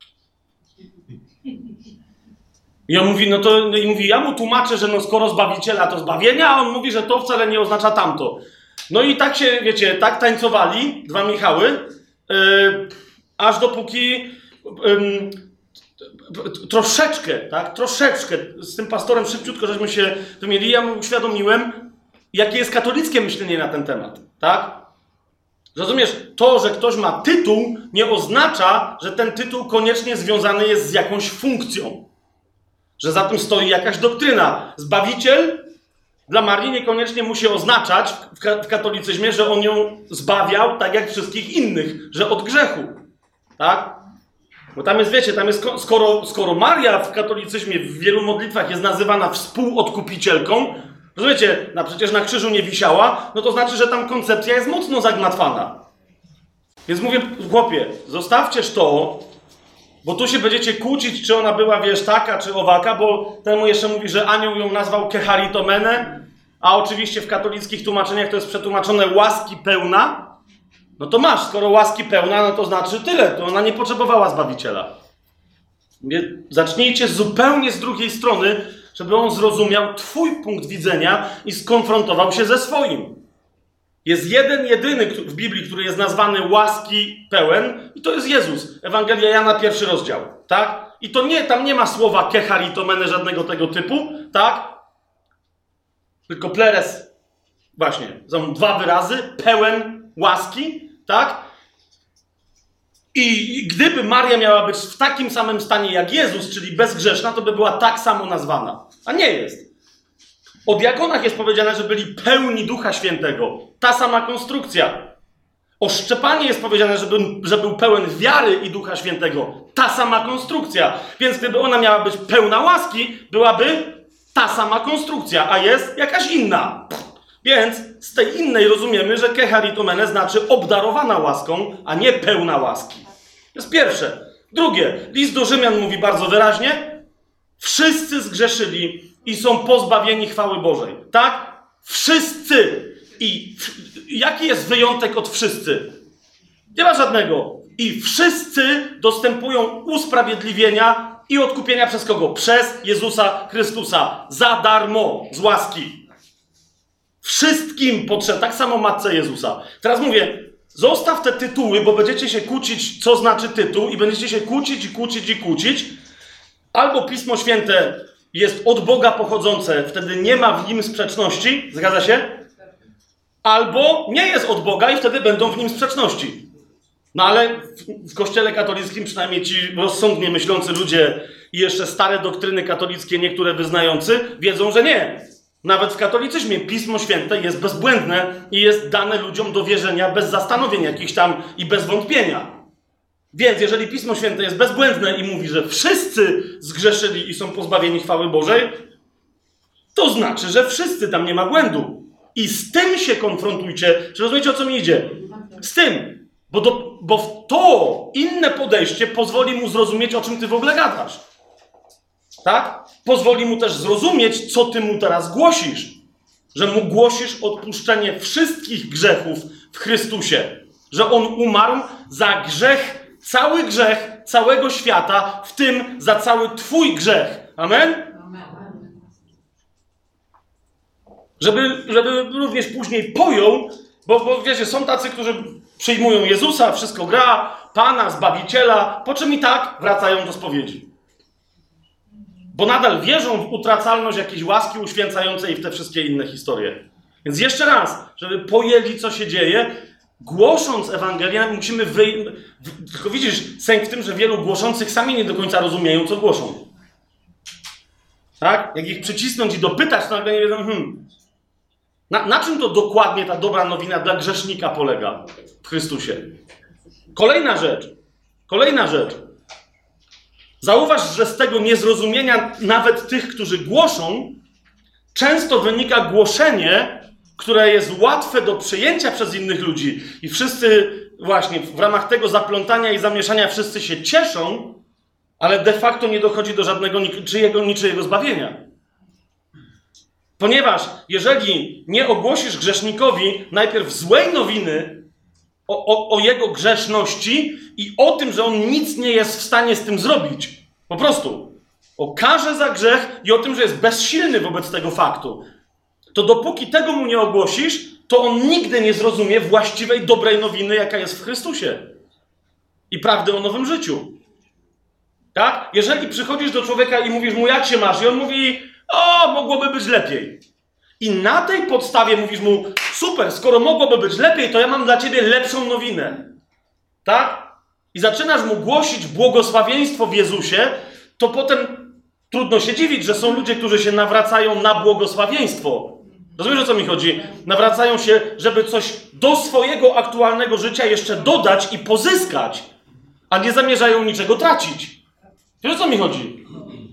I on mówi, no to i mówi, ja mu tłumaczę, że no skoro Zbawiciela to zbawienia, a on mówi, że to wcale nie oznacza tamto. No i tak się, wiecie, tak tańcowali dwa Michały, yy, aż dopóki yy, troszeczkę, tak, troszeczkę z tym pastorem szybciutko żeśmy się wymieli, ja mu uświadomiłem, jakie jest katolickie myślenie na ten temat, tak? Rozumiesz, to, że ktoś ma tytuł, nie oznacza, że ten tytuł koniecznie związany jest z jakąś funkcją. Że za tym stoi jakaś doktryna. Zbawiciel dla Marii niekoniecznie musi oznaczać w, ka w katolicyzmie, że on ją zbawiał tak jak wszystkich innych, że od grzechu. Tak? Bo tam jest, wiecie, tam jest, skoro, skoro Maria w katolicyzmie w wielu modlitwach jest nazywana współodkupicielką, rozumiecie, no przecież na krzyżu nie wisiała, no to znaczy, że tam koncepcja jest mocno zagmatwana. Więc mówię, chłopie, zostawcież to, bo tu się będziecie kłócić, czy ona była, wiesz, taka, czy owaka, bo temu jeszcze mówi, że anioł ją nazwał kecharitomene, a oczywiście w katolickich tłumaczeniach to jest przetłumaczone łaski pełna. No to masz, skoro łaski pełna, no to znaczy tyle, to ona nie potrzebowała Zbawiciela. Zacznijcie zupełnie z drugiej strony, żeby on zrozumiał twój punkt widzenia i skonfrontował się ze swoim. Jest jeden, jedyny w Biblii, który jest nazwany łaski pełen i to jest Jezus. Ewangelia Jana, pierwszy rozdział, tak? I to nie, tam nie ma słowa kecharitomene, żadnego tego typu, tak? Tylko pleres, właśnie, są dwa wyrazy, pełen łaski, tak? I gdyby Maria miała być w takim samym stanie jak Jezus, czyli bezgrzeszna, to by była tak samo nazwana. A nie jest. O diakonach jest powiedziane, że byli pełni Ducha Świętego. Ta sama konstrukcja. O Szczepanie jest powiedziane, że był, że był pełen wiary i Ducha Świętego. Ta sama konstrukcja. Więc gdyby ona miała być pełna łaski, byłaby ta sama konstrukcja, a jest jakaś inna. Więc z tej innej rozumiemy, że kecharitomene znaczy obdarowana łaską, a nie pełna łaski. To jest pierwsze. Drugie. List do Rzymian mówi bardzo wyraźnie. Wszyscy zgrzeszyli i są pozbawieni chwały Bożej. Tak? Wszyscy. I jaki jest wyjątek od wszyscy? Nie ma żadnego. I wszyscy dostępują usprawiedliwienia i odkupienia przez kogo? Przez Jezusa Chrystusa. Za darmo. Z łaski. Wszystkim potrzeba. Tak samo Matce Jezusa. Teraz mówię, zostaw te tytuły, bo będziecie się kłócić, co znaczy tytuł i będziecie się kłócić i kłócić i kłócić. Albo Pismo Święte jest od Boga pochodzące, wtedy nie ma w nim sprzeczności. Zgadza się? Albo nie jest od Boga i wtedy będą w nim sprzeczności. No ale w, w Kościele katolickim przynajmniej ci rozsądnie myślący ludzie i jeszcze stare doktryny katolickie, niektóre wyznający, wiedzą, że nie. Nawet w katolicyzmie Pismo Święte jest bezbłędne i jest dane ludziom do wierzenia bez zastanowień jakichś tam i bez wątpienia. Więc jeżeli Pismo Święte jest bezbłędne i mówi, że wszyscy zgrzeszyli i są pozbawieni chwały Bożej, to znaczy, że wszyscy tam nie ma błędu. I z tym się konfrontujcie. Czy rozumiecie, o co mi idzie? Z tym. Bo, do, bo w to inne podejście pozwoli mu zrozumieć, o czym ty w ogóle gadasz. Tak? Pozwoli mu też zrozumieć, co ty mu teraz głosisz. Że mu głosisz odpuszczenie wszystkich grzechów w Chrystusie. Że on umarł za grzech, cały grzech całego świata, w tym za cały twój grzech. Amen? Żeby, żeby również później pojął, bo, bo wiecie, są tacy, którzy przyjmują Jezusa, wszystko gra, Pana, Zbawiciela, po czym i tak wracają do spowiedzi. Bo nadal wierzą w utracalność jakiejś łaski uświęcającej i w te wszystkie inne historie. Więc jeszcze raz, żeby pojęli, co się dzieje, głosząc Ewangelię, musimy wyjść. Tylko widzisz, sęk w tym, że wielu głoszących sami nie do końca rozumieją, co głoszą. Tak? Jak ich przycisnąć i dopytać, to nagle nie wiedzą, hmm. Na, na czym to dokładnie ta dobra nowina dla grzesznika polega w Chrystusie? Kolejna rzecz. Kolejna rzecz. Zauważ, że z tego niezrozumienia nawet tych, którzy głoszą, często wynika głoszenie, które jest łatwe do przyjęcia przez innych ludzi. I wszyscy właśnie w ramach tego zaplątania i zamieszania wszyscy się cieszą, ale de facto nie dochodzi do żadnego niczyjego, niczyjego zbawienia. Ponieważ jeżeli nie ogłosisz grzesznikowi najpierw złej nowiny o, o, o jego grzeszności i o tym, że on nic nie jest w stanie z tym zrobić, po prostu o karze za grzech i o tym, że jest bezsilny wobec tego faktu, to dopóki tego mu nie ogłosisz, to on nigdy nie zrozumie właściwej, dobrej nowiny, jaka jest w Chrystusie i prawdy o nowym życiu. Tak? Jeżeli przychodzisz do człowieka i mówisz mu, jak się masz, i on mówi, o, mogłoby być lepiej. I na tej podstawie mówisz mu, super, skoro mogłoby być lepiej, to ja mam dla ciebie lepszą nowinę. Tak? I zaczynasz mu głosić błogosławieństwo w Jezusie, to potem trudno się dziwić, że są ludzie, którzy się nawracają na błogosławieństwo. Rozumiesz, o co mi chodzi? Nawracają się, żeby coś do swojego aktualnego życia jeszcze dodać i pozyskać, a nie zamierzają niczego tracić. Wiesz, o co mi chodzi?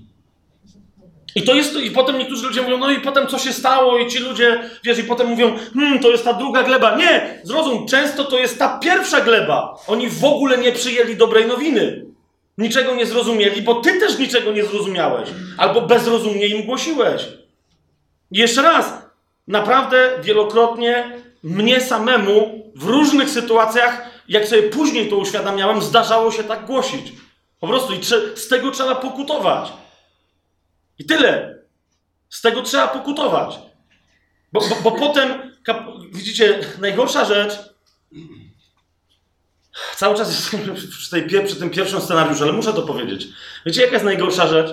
I to jest, i potem niektórzy ludzie mówią, no i potem co się stało i ci ludzie, wiesz, i potem mówią, hmm, to jest ta druga gleba. Nie, zrozum, często to jest ta pierwsza gleba. Oni w ogóle nie przyjęli dobrej nowiny. Niczego nie zrozumieli, bo ty też niczego nie zrozumiałeś. Albo bezrozumnie im głosiłeś. I jeszcze raz, naprawdę wielokrotnie mnie samemu w różnych sytuacjach, jak sobie później to uświadamiałem, zdarzało się tak głosić. Po prostu i z tego trzeba pokutować. I tyle. Z tego trzeba pokutować. Bo, bo, bo potem, widzicie, najgorsza rzecz, cały czas jestem przy, tej, przy tym pierwszym scenariuszu, ale muszę to powiedzieć. Wiecie, jaka jest najgorsza rzecz?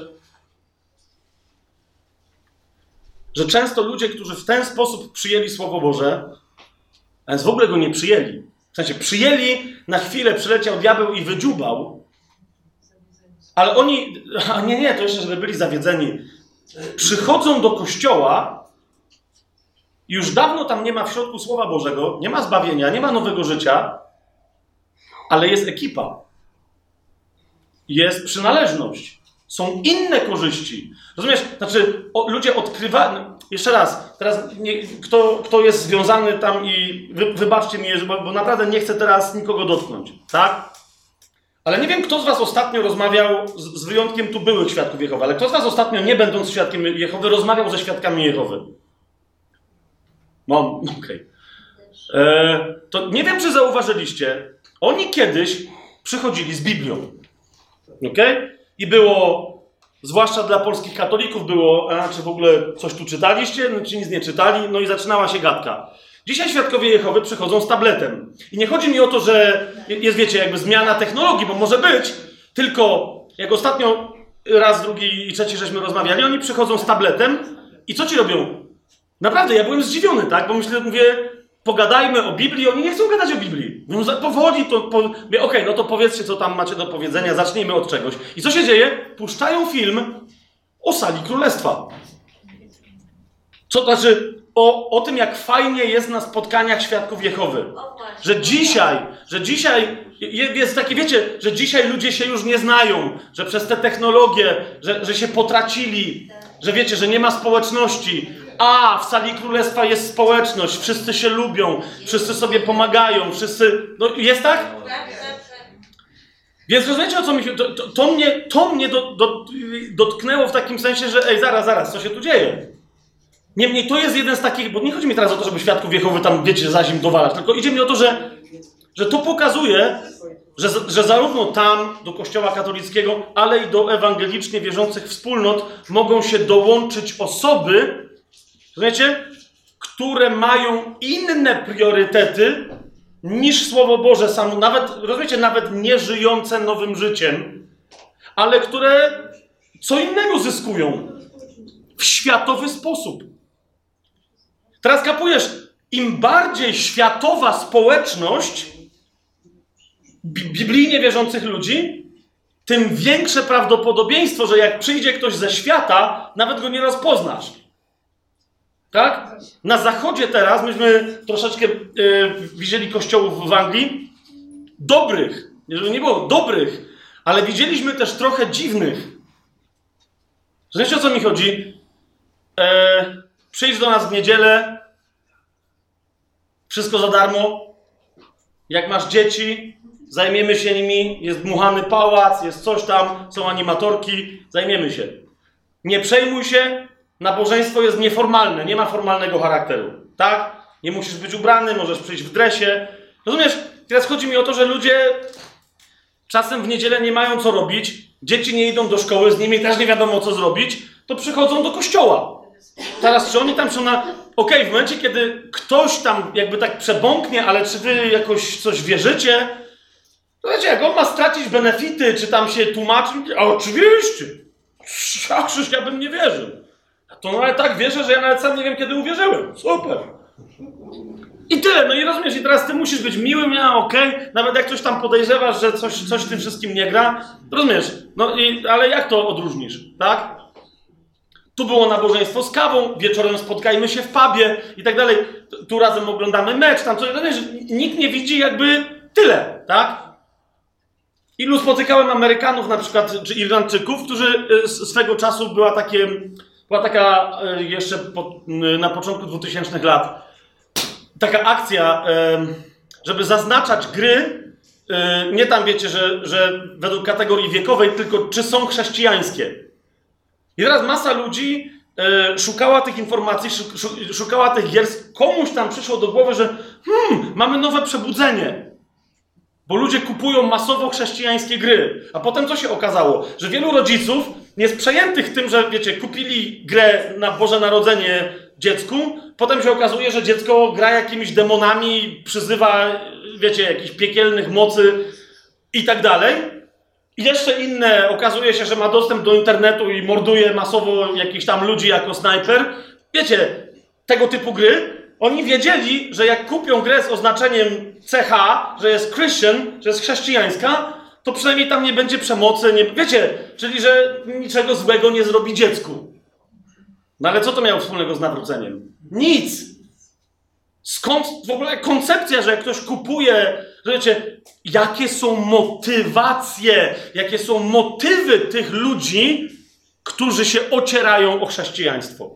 Że często ludzie, którzy w ten sposób przyjęli Słowo Boże, a więc w ogóle go nie przyjęli. W sensie przyjęli, na chwilę przyleciał diabeł i wydziubał, ale oni, a nie, nie, to jeszcze, żeby byli zawiedzeni, przychodzą do kościoła i już dawno tam nie ma w środku Słowa Bożego, nie ma zbawienia, nie ma nowego życia, ale jest ekipa. Jest przynależność. Są inne korzyści. Rozumiesz? Znaczy, o, ludzie odkrywają... Jeszcze raz, teraz nie, kto, kto jest związany tam i wy, wybaczcie mi, bo, bo naprawdę nie chcę teraz nikogo dotknąć. Tak? Ale nie wiem, kto z was ostatnio rozmawiał, z, z wyjątkiem tu byłych świadków Jehowy, ale kto z was ostatnio, nie będąc świadkiem Jehowy, rozmawiał ze świadkami Jehowy? No, okej. Okay. E, to nie wiem, czy zauważyliście, oni kiedyś przychodzili z Biblią. Okej? Okay? I było, zwłaszcza dla polskich katolików, było, a czy w ogóle coś tu czytaliście, no, czy nic nie czytali, no i zaczynała się gadka. Dzisiaj świadkowie Jehowy przychodzą z tabletem. I nie chodzi mi o to, że jest, wiecie, jakby zmiana technologii, bo może być, tylko jak ostatnio raz, drugi i trzeci żeśmy rozmawiali, oni przychodzą z tabletem i co ci robią? Naprawdę, ja byłem zdziwiony, tak? Bo myślę, mówię, pogadajmy o Biblii, oni nie chcą gadać o Biblii. Mówią, powoli, to po... okej, okay, no to powiedzcie, co tam macie do powiedzenia, zacznijmy od czegoś. I co się dzieje? Puszczają film o sali królestwa. Co to znaczy o, o tym, jak fajnie jest na spotkaniach świadków Jehowy. Że dzisiaj, że dzisiaj jest takie, wiecie, że dzisiaj ludzie się już nie znają, że przez te technologie, że, że się potracili, że wiecie, że nie ma społeczności. A, w sali królestwa jest społeczność, wszyscy się lubią, wszyscy sobie pomagają, wszyscy... No jest tak? Więc rozumiecie, o co mi się... To, to, to mnie, to mnie do, do, dotknęło w takim sensie, że ej, zaraz, zaraz, co się tu dzieje? Niemniej to jest jeden z takich... Bo nie chodzi mi teraz o to, żeby świadków Jehowy tam, wiecie, za zim dowalać, tylko idzie mi o to, że, że to pokazuje, że, że zarówno tam, do Kościoła katolickiego, ale i do ewangelicznie wierzących wspólnot mogą się dołączyć osoby, rozumiecie, które mają inne priorytety niż Słowo Boże samo, nawet, rozumiecie, nawet nie żyjące nowym życiem, ale które co innego zyskują w światowy sposób. Teraz kapujesz, im bardziej światowa społeczność biblijnie wierzących ludzi, tym większe prawdopodobieństwo, że jak przyjdzie ktoś ze świata, nawet go nie rozpoznasz. Tak? Na zachodzie teraz, myśmy troszeczkę yy, widzieli kościołów w Anglii, dobrych, jeżeli nie było dobrych, ale widzieliśmy też trochę dziwnych. Wiecie, o co mi chodzi? E, przyjdź do nas w niedzielę, wszystko za darmo. Jak masz dzieci, zajmiemy się nimi, jest dmuchany pałac, jest coś tam, są animatorki, zajmiemy się. Nie przejmuj się, nabożeństwo jest nieformalne, nie ma formalnego charakteru, tak? Nie musisz być ubrany, możesz przyjść w dresie. Rozumiesz? Teraz chodzi mi o to, że ludzie czasem w niedzielę nie mają co robić, dzieci nie idą do szkoły, z nimi też nie wiadomo co zrobić, to przychodzą do kościoła. Teraz czy oni tam są na... Okej, okay, w momencie, kiedy ktoś tam jakby tak przebąknie, ale czy wy jakoś coś wierzycie, to wiecie, jak on ma stracić benefity, czy tam się tłumaczy, a oczywiście, Krzyż, ja bym nie wierzył. To no ale tak wierzę, że ja nawet sam nie wiem, kiedy uwierzyłem. Super. I tyle, no i rozumiesz, i teraz ty musisz być miłym, ja okej, okay. Nawet jak coś tam podejrzewasz, że coś, coś w tym wszystkim nie gra, rozumiesz, no i, ale jak to odróżnisz, tak? Tu było nabożeństwo z kawą, wieczorem spotkajmy się w pubie i tak dalej, tu razem oglądamy mecz, tam coś, rozumiesz, nikt nie widzi jakby tyle, tak? Ilu spotykałem Amerykanów na przykład, czy Irlandczyków, którzy swego czasu była takie, była taka jeszcze po, na początku dwutysięcznych lat, taka akcja, żeby zaznaczać gry, nie tam wiecie, że, że według kategorii wiekowej, tylko czy są chrześcijańskie. I teraz masa ludzi szukała tych informacji, szukała tych gier, komuś tam przyszło do głowy, że hmm, mamy nowe przebudzenie. Bo ludzie kupują masowo chrześcijańskie gry. A potem co się okazało? Że wielu rodziców jest przejętych tym, że wiecie, kupili grę na Boże Narodzenie dziecku, potem się okazuje, że dziecko gra jakimiś demonami, przyzywa, wiecie, jakichś piekielnych mocy i tak dalej. I jeszcze inne, okazuje się, że ma dostęp do internetu i morduje masowo jakichś tam ludzi jako snajper. Wiecie, tego typu gry. Oni wiedzieli, że jak kupią grę z oznaczeniem C H, że jest Christian, że jest chrześcijańska, to przynajmniej tam nie będzie przemocy, nie... Wiecie, czyli że niczego złego nie zrobi dziecku. No ale co to miało wspólnego z nawróceniem? Nic! Skąd w ogóle koncepcja, że jak ktoś kupuje, że wiecie, jakie są motywacje, jakie są motywy tych ludzi, którzy się ocierają o chrześcijaństwo.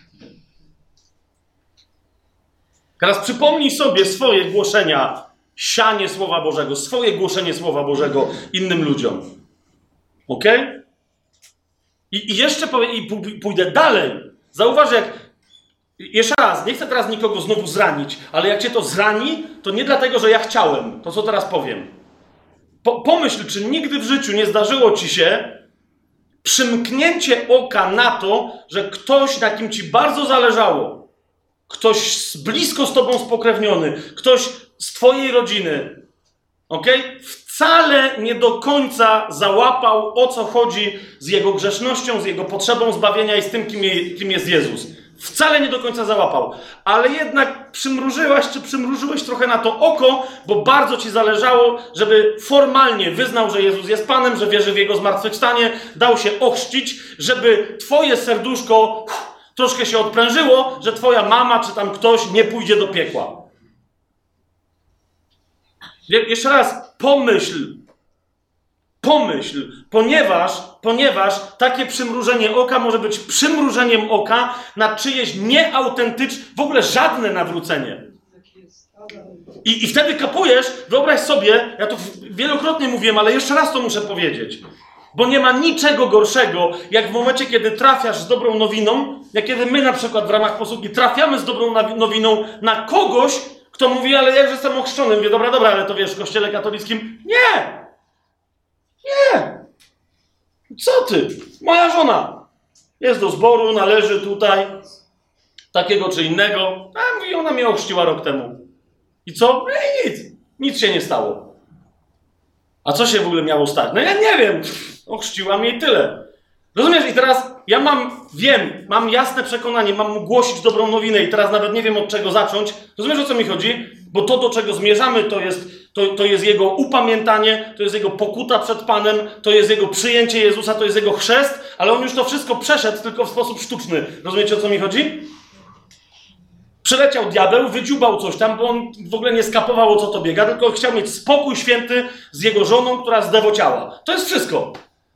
Teraz przypomnij sobie swoje głoszenia, sianie Słowa Bożego, swoje głoszenie Słowa Bożego innym ludziom. Okej? Okay? I, I jeszcze powiem, i pójdę dalej. Zauważ, jak... Jeszcze raz, nie chcę teraz nikogo znowu zranić, ale jak cię to zrani, to nie dlatego, że ja chciałem. To, co teraz powiem. Po, pomyśl, czy nigdy w życiu nie zdarzyło ci się przymknięcie oka na to, że ktoś, na kim ci bardzo zależało, ktoś blisko z tobą spokrewniony, ktoś z twojej rodziny, okej? Wcale nie do końca załapał, o co chodzi z jego grzesznością, z jego potrzebą zbawienia i z tym, kim, je, kim jest Jezus. Wcale nie do końca załapał. Ale jednak przymrużyłaś, czy przymrużyłeś trochę na to oko, bo bardzo ci zależało, żeby formalnie wyznał, że Jezus jest Panem, że wierzy w Jego zmartwychwstanie, dał się ochrzcić, żeby twoje serduszko troszkę się odprężyło, że twoja mama czy tam ktoś nie pójdzie do piekła. Jeszcze raz, pomyśl, pomyśl, ponieważ, ponieważ takie przymrużenie oka może być przymrużeniem oka na czyjeś nieautentyczne, w ogóle żadne nawrócenie. I, I wtedy kapujesz, wyobraź sobie, ja to wielokrotnie mówiłem, ale jeszcze raz to muszę powiedzieć, bo nie ma niczego gorszego, jak w momencie, kiedy trafiasz z dobrą nowiną, jak kiedy my na przykład w ramach posługi trafiamy z dobrą nowiną na kogoś, kto mówi, ale ja już jestem ochrzczony. Mówię, dobra, dobra, ale to wiesz, w kościele katolickim? Nie! Nie! Co ty? Moja żona jest do zboru, należy tutaj, takiego czy innego. A mówi, ona mnie ochrzciła rok temu. I co? I nic. Nic się nie stało. A co się w ogóle miało stać? No ja nie wiem. Ochrzciła mnie i tyle. Rozumiesz? I teraz ja mam, wiem, mam jasne przekonanie, mam mu głosić dobrą nowinę i teraz nawet nie wiem, od czego zacząć. Rozumiesz, o co mi chodzi? Bo to, do czego zmierzamy, to jest, to, to jest jego upamiętanie, to jest jego pokuta przed Panem, to jest jego przyjęcie Jezusa, to jest jego chrzest, ale on już to wszystko przeszedł, tylko w sposób sztuczny. Rozumiecie, o co mi chodzi? Przyleciał diabeł, wydziubał coś tam, bo on w ogóle nie skapował, o co to biega, tylko chciał mieć spokój święty z jego żoną, która zdewociała. To jest wszystko.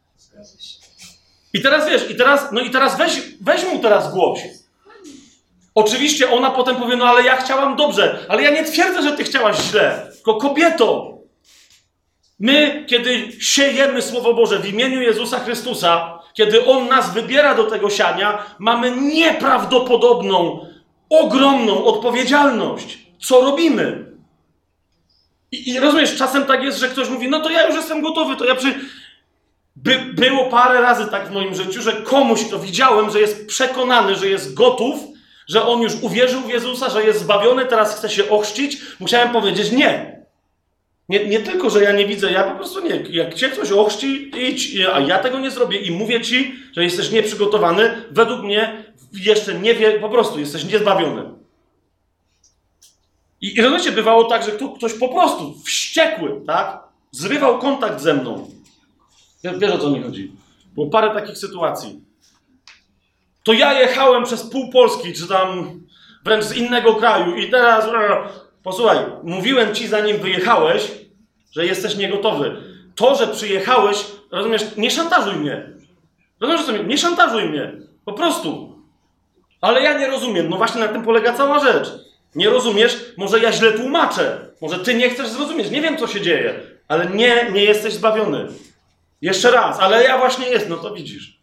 I teraz wiesz, i teraz, no i teraz weź, weź mu teraz głoś. Oczywiście ona potem powie, no ale ja chciałam dobrze, ale ja nie twierdzę, że ty chciałaś źle, tylko kobieto. My, kiedy siejemy Słowo Boże w imieniu Jezusa Chrystusa, kiedy On nas wybiera do tego siania, mamy nieprawdopodobną, ogromną odpowiedzialność. Co robimy? I, i rozumiesz, czasem tak jest, że ktoś mówi, no to ja już jestem gotowy, to ja przy... By, było parę razy tak w moim życiu, że komuś, kto widziałem, że jest przekonany, że jest gotów, że on już uwierzył w Jezusa, że jest zbawiony, teraz chce się ochrzcić, musiałem powiedzieć nie. Nie, nie tylko, że ja nie widzę, ja po prostu nie. Jak cię ktoś ochrzci, idź, a ja tego nie zrobię i mówię ci, że jesteś nieprzygotowany, według mnie jeszcze nie wie, po prostu jesteś niezbawiony. I, i rozumiecie, bywało tak, że ktoś po prostu wściekły, tak, zrywał kontakt ze mną. Wiesz, o co mi chodzi? Było parę takich sytuacji. To ja jechałem przez pół Polski, czy tam wręcz z innego kraju i teraz... Posłuchaj, mówiłem ci, zanim wyjechałeś, że jesteś niegotowy. To, że przyjechałeś, rozumiesz, nie szantażuj mnie. Rozumiesz, co mi? Nie szantażuj mnie. Po prostu. Ale ja nie rozumiem. No właśnie na tym polega cała rzecz. Nie rozumiesz? Może ja źle tłumaczę. Może ty nie chcesz zrozumieć. Nie wiem, co się dzieje. Ale nie, nie jesteś zbawiony. Jeszcze raz. Ale ja właśnie jest. No to widzisz.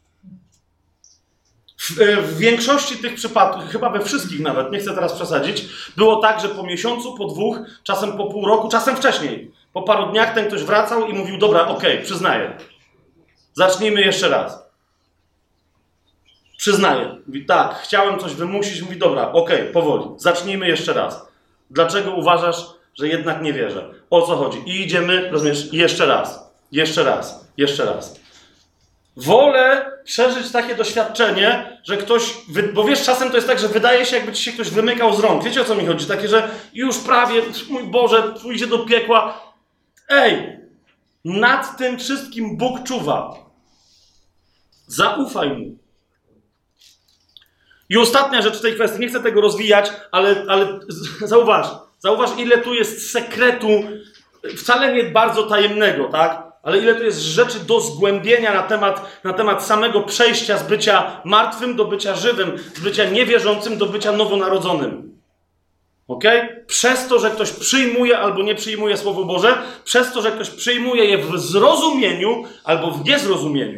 W, w większości tych przypadków, chyba we wszystkich nawet, nie chcę teraz przesadzić, było tak, że po miesiącu, po dwóch, czasem po pół roku, czasem wcześniej, po paru dniach ten ktoś wracał i mówił, dobra, okej, okay, przyznaję. Zacznijmy jeszcze raz. Przyznaję. Mówi, tak, chciałem coś wymusić. Mówi, dobra, okej, okay, powoli. Zacznijmy jeszcze raz. Dlaczego uważasz, że jednak nie wierzę? O co chodzi? I idziemy, rozumiesz, jeszcze raz, jeszcze raz, jeszcze raz. Wolę przeżyć takie doświadczenie, że ktoś, bo wiesz, czasem to jest tak, że wydaje się, jakby ci się ktoś wymykał z rąk. Wiecie, o co mi chodzi? Takie, że już prawie, mój Boże, pójdzie do piekła. Ej, nad tym wszystkim Bóg czuwa. Zaufaj Mu. I ostatnia rzecz w tej kwestii, nie chcę tego rozwijać, ale, ale zauważ, zauważ, ile tu jest sekretu, wcale nie bardzo tajemnego, tak? Ale ile to jest rzeczy do zgłębienia na temat, na temat samego przejścia z bycia martwym do bycia żywym, z bycia niewierzącym do bycia nowonarodzonym. Okej? Okay? Przez to, że ktoś przyjmuje albo nie przyjmuje Słowo Boże, przez to, że ktoś przyjmuje je w zrozumieniu albo w niezrozumieniu.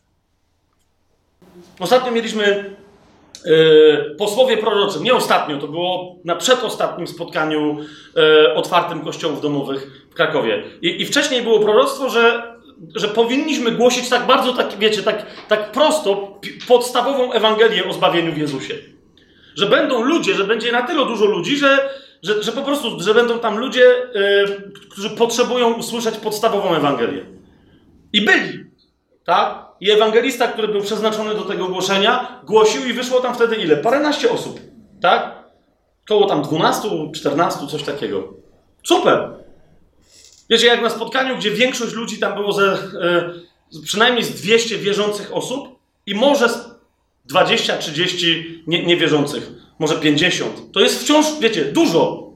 Ostatnio mieliśmy yy, posłowie proroczym. Nie ostatnio, to było na przedostatnim spotkaniu yy, otwartym kościołów domowych w Krakowie. I, i wcześniej było proroctwo, że, że powinniśmy głosić tak bardzo, tak, wiecie, tak, tak prosto podstawową Ewangelię o zbawieniu w Jezusie. Że będą ludzie, że będzie na tyle dużo ludzi, że, że, że po prostu, że będą tam ludzie, yy, którzy potrzebują usłyszeć podstawową Ewangelię. I byli, tak? I ewangelista, który był przeznaczony do tego głoszenia, głosił i wyszło tam wtedy ile? Paręnaście osób, tak? Koło tam dwunastu, czternastu, coś takiego. Super! Wiecie, jak na spotkaniu, gdzie większość ludzi tam było ze, e, przynajmniej z dwieście wierzących osób i może z dwadzieścia trzydzieści nie, niewierzących, może pięćdziesiąt. To jest wciąż, wiecie, dużo.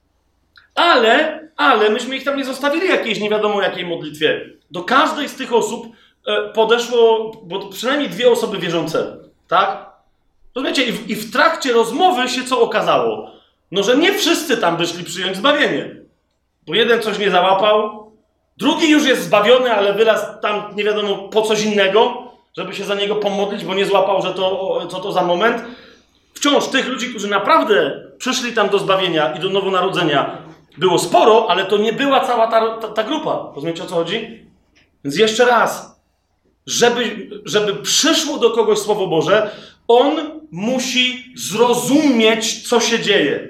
Ale, ale myśmy ich tam nie zostawili jakiejś nie wiadomo jakiej modlitwie. Do każdej z tych osób e, podeszło, bo przynajmniej dwie osoby wierzące, tak? Rozumiecie? I w, I w trakcie rozmowy się co okazało? No, że nie wszyscy tam wyszli przyjąć zbawienie. Bo jeden coś nie załapał, drugi już jest zbawiony, ale wylazł tam nie wiadomo po coś innego, żeby się za niego pomodlić, bo nie złapał, że to, co to za moment. Wciąż tych ludzi, którzy naprawdę przyszli tam do zbawienia i do nowonarodzenia, było sporo, ale to nie była cała ta, ta, ta grupa. Rozumiecie, o co chodzi? Więc jeszcze raz, żeby, żeby przyszło do kogoś Słowo Boże, on musi zrozumieć, co się dzieje.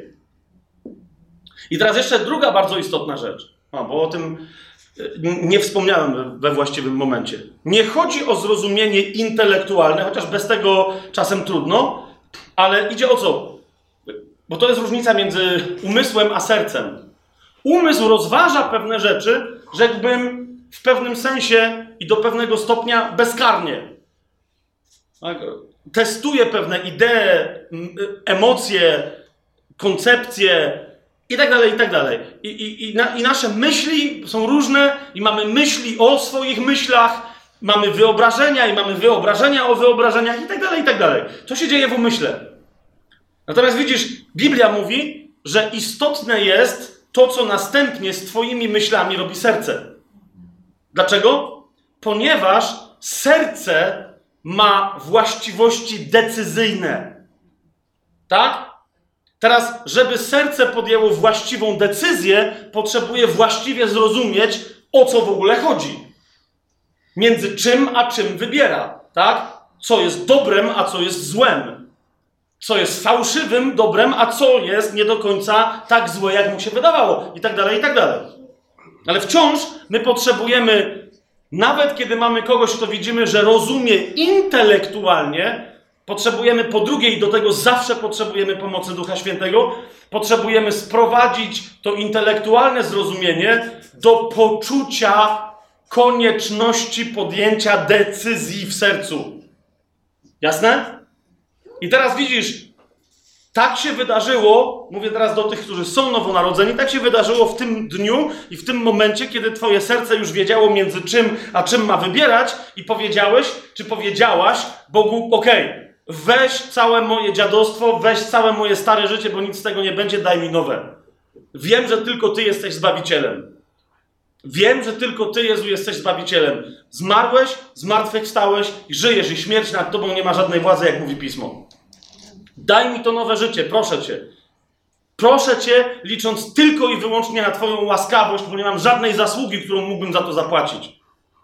I teraz jeszcze druga bardzo istotna rzecz, a, bo o tym nie wspomniałem we właściwym momencie. Nie chodzi o zrozumienie intelektualne, chociaż bez tego czasem trudno, ale idzie o co? Bo to jest różnica między umysłem a sercem. Umysł rozważa pewne rzeczy, rzekłbym w pewnym sensie i do pewnego stopnia bezkarnie. Tak? Testuje pewne idee, emocje, koncepcje i tak dalej, i tak dalej. I, i, i, na, I nasze myśli są różne i mamy myśli o swoich myślach, mamy wyobrażenia i mamy wyobrażenia o wyobrażeniach i tak dalej, i tak dalej. To się dzieje w umyśle. Natomiast widzisz, Biblia mówi, że istotne jest to, co następnie z twoimi myślami robi serce. Dlaczego? Ponieważ serce ma właściwości decyzyjne. Tak? Teraz, żeby serce podjęło właściwą decyzję, potrzebuje właściwie zrozumieć, o co w ogóle chodzi. Między czym a czym wybiera. Tak? Co jest dobrem, a co jest złem. Co jest fałszywym dobrem, a co jest nie do końca tak złe, jak mu się wydawało. I tak dalej, i tak dalej. Ale wciąż my potrzebujemy, nawet kiedy mamy kogoś, kto widzimy, że rozumie intelektualnie, potrzebujemy po drugie i do tego zawsze potrzebujemy pomocy Ducha Świętego, potrzebujemy sprowadzić to intelektualne zrozumienie do poczucia konieczności podjęcia decyzji w sercu. Jasne? I teraz widzisz, tak się wydarzyło, mówię teraz do tych, którzy są nowonarodzeni, tak się wydarzyło w tym dniu i w tym momencie, kiedy twoje serce już wiedziało między czym a czym ma wybierać i powiedziałeś, czy powiedziałaś Bogu, okej, okay, weź całe moje dziadostwo, weź całe moje stare życie, bo nic z tego nie będzie, daj mi nowe. Wiem, że tylko Ty jesteś Zbawicielem. Wiem, że tylko Ty, Jezu, jesteś Zbawicielem. Zmarłeś, zmartwychwstałeś i żyjesz i śmierć nad Tobą nie ma żadnej władzy, jak mówi Pismo. Daj mi to nowe życie, proszę Cię. Proszę Cię, licząc tylko i wyłącznie na Twoją łaskawość, bo nie mam żadnej zasługi, którą mógłbym za to zapłacić.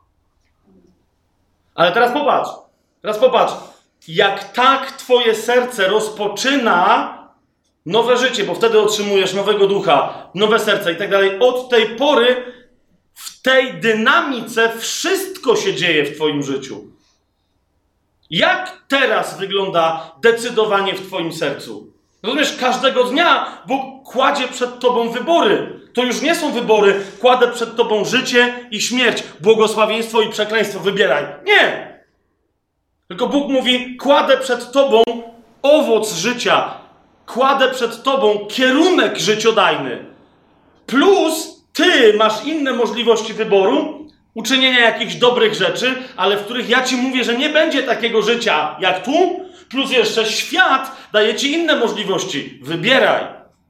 Ale teraz popatrz, teraz popatrz, jak tak Twoje serce rozpoczyna nowe życie, bo wtedy otrzymujesz nowego ducha, nowe serce i tak dalej, od tej pory w tej dynamice wszystko się dzieje w Twoim życiu. Jak teraz wygląda decydowanie w Twoim sercu? Rozumiesz, każdego dnia Bóg kładzie przed Tobą wybory. To już nie są wybory, kładę przed Tobą życie i śmierć, błogosławieństwo i przekleństwo, wybieraj. Nie! Tylko Bóg mówi, kładę przed Tobą owoc życia, kładę przed Tobą kierunek życiodajny. Plus Ty masz inne możliwości wyboru, uczynienia jakichś dobrych rzeczy, ale w których ja Ci mówię, że nie będzie takiego życia jak tu, plus jeszcze świat daje Ci inne możliwości. Wybieraj.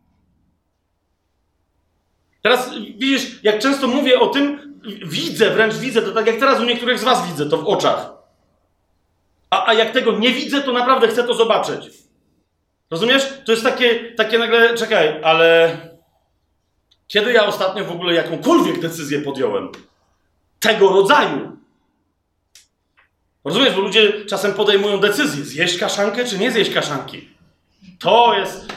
Teraz widzisz, jak często mówię o tym, widzę, wręcz widzę, to tak jak teraz u niektórych z was widzę to w oczach. A, a jak tego nie widzę, to naprawdę chcę to zobaczyć. Rozumiesz? To jest takie, takie nagle, czekaj, ale kiedy ja ostatnio w ogóle jakąkolwiek decyzję podjąłem? Tego rodzaju. Rozumiesz, bo ludzie czasem podejmują decyzję, zjeść kaszankę czy nie zjeść kaszanki. To jest...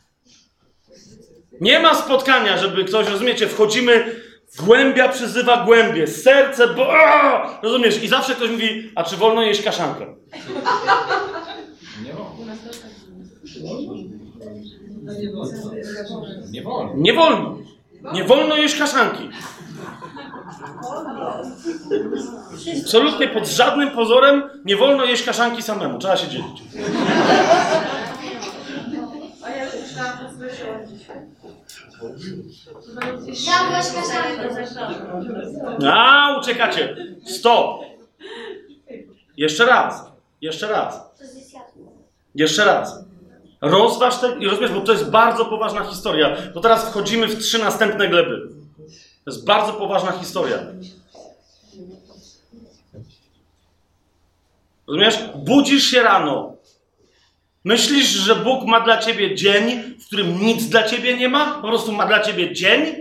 Nie ma spotkania, żeby ktoś, rozumiecie, wchodzimy, głębia przyzywa głębie, serce, bo... Aaa! Rozumiesz, i zawsze ktoś mówi, a czy wolno jeść kaszankę? Nie wolno. Nie wolno. Nie wolno. Nie wolno jeść kaszanki. Absolutnie pod żadnym pozorem nie wolno jeść kaszanki samemu. Trzeba się dzielić. A ja myślałam, że słyszałam dzisiaj. Jadłaś kaszankę. A, uciekacie. Stop. Jeszcze raz. Jeszcze raz. To jest jadło. Jeszcze raz. Rozważ te i rozumiesz, bo to jest bardzo poważna historia. Bo teraz wchodzimy w trzy następne gleby. To jest bardzo poważna historia. Rozumiesz? Budzisz się rano. Myślisz, że Bóg ma dla ciebie dzień, w którym nic dla ciebie nie ma? Po prostu ma dla ciebie dzień?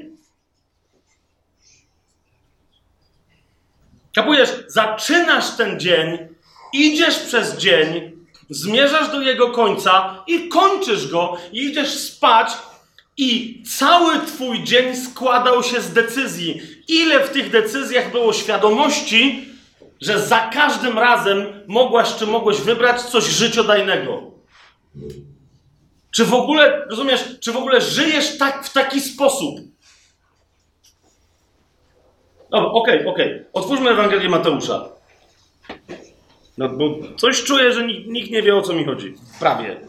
Kapujesz? Zaczynasz ten dzień, idziesz przez dzień, zmierzasz do jego końca i kończysz go, i idziesz spać i cały twój dzień składał się z decyzji. Ile w tych decyzjach było świadomości, że za każdym razem mogłaś czy mogłeś wybrać coś życiodajnego. Czy w ogóle, rozumiesz, czy w ogóle żyjesz tak w taki sposób? Dobra, okej, okay, okej. Okay. Otwórzmy Ewangelię Mateusza. No bo coś czuję, że nikt, nikt nie wie, o co mi chodzi. Prawie.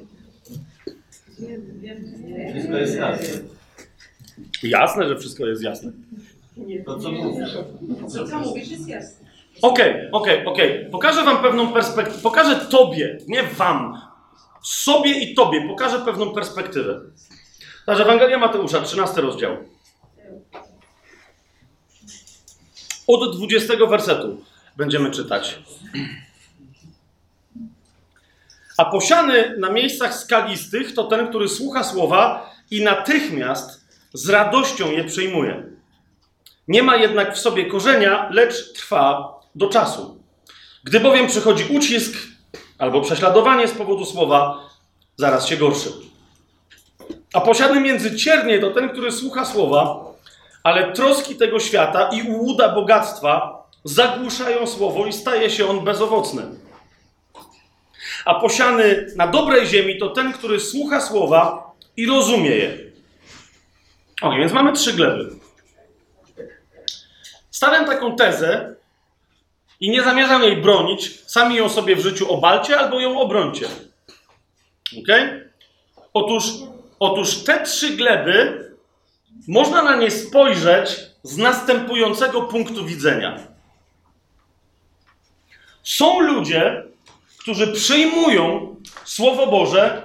Wszystko jest jasne. Jasne, że wszystko jest jasne. To co mówisz? To, co mówisz, jest jasne. Okej, okej, okej. Pokażę wam pewną perspektywę. Pokażę tobie, nie wam. Sobie i tobie pokażę pewną perspektywę. Także Ewangelia Mateusza, trzynasty rozdział. Od dwudziestego wersetu będziemy czytać. A posiany na miejscach skalistych to ten, który słucha słowa i natychmiast z radością je przyjmuje. Nie ma jednak w sobie korzenia, lecz trwa do czasu. Gdy bowiem przychodzi ucisk albo prześladowanie z powodu słowa, zaraz się gorszy. A posiany między ciernie to ten, który słucha słowa, ale troski tego świata i ułuda bogactwa zagłuszają słowo i staje się on bezowocny. A posiany na dobrej ziemi to ten, który słucha słowa i rozumie je. Ok, więc mamy trzy gleby. Stawiam taką tezę i nie zamierzam jej bronić. Sami ją sobie w życiu obalcie albo ją obrońcie. Ok? Otóż, otóż te trzy gleby można na nie spojrzeć z następującego punktu widzenia. Są ludzie, którzy przyjmują Słowo Boże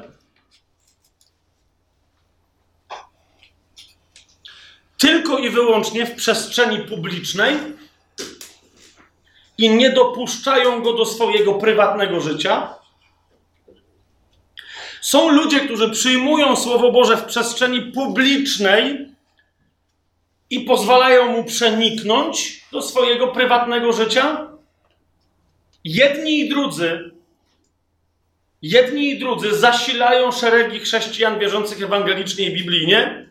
tylko i wyłącznie w przestrzeni publicznej i nie dopuszczają go do swojego prywatnego życia. Są ludzie, którzy przyjmują Słowo Boże w przestrzeni publicznej i pozwalają mu przeniknąć do swojego prywatnego życia. Jedni i drudzy, jedni i drudzy zasilają szeregi chrześcijan wierzących ewangelicznie i biblijnie.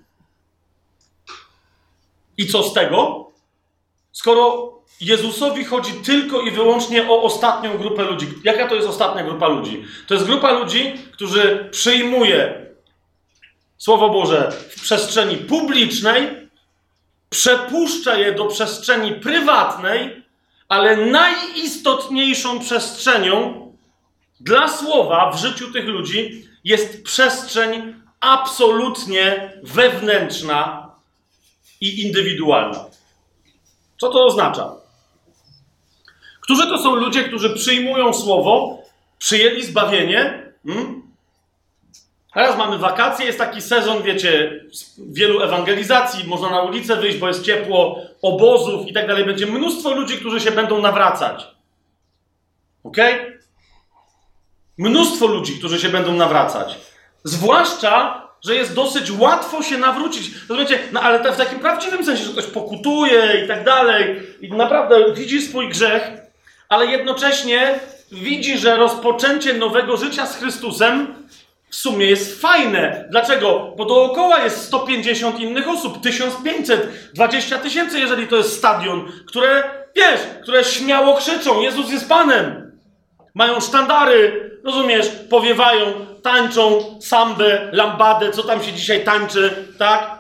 I co z tego? Skoro Jezusowi chodzi tylko i wyłącznie o ostatnią grupę ludzi. Jaka to jest ostatnia grupa ludzi? To jest grupa ludzi, którzy przyjmuje Słowo Boże w przestrzeni publicznej, przepuszcza je do przestrzeni prywatnej, ale najistotniejszą przestrzenią dla Słowa w życiu tych ludzi jest przestrzeń absolutnie wewnętrzna i indywidualna. Co to oznacza? Którzy to są ludzie, którzy przyjmują Słowo, przyjęli zbawienie? Hmm? Teraz mamy wakacje, jest taki sezon, wiecie, wielu ewangelizacji, można na ulicę wyjść, bo jest ciepło, obozów i tak dalej. Będzie mnóstwo ludzi, którzy się będą nawracać. Okej? Okay? Mnóstwo ludzi, którzy się będą nawracać. Zwłaszcza, że jest dosyć łatwo się nawrócić. Rozumiecie? No ale w takim prawdziwym sensie, że ktoś pokutuje i tak dalej i naprawdę widzi swój grzech, ale jednocześnie widzi, że rozpoczęcie nowego życia z Chrystusem w sumie jest fajne. Dlaczego? Bo dookoła jest sto pięćdziesiąt innych osób, tysiąc pięćset, dwadzieścia tysięcy, jeżeli to jest stadion, które, wiesz, które śmiało krzyczą, Jezus jest Panem. Mają sztandary, rozumiesz, powiewają, tańczą, sambę, lambadę, co tam się dzisiaj tańczy, tak?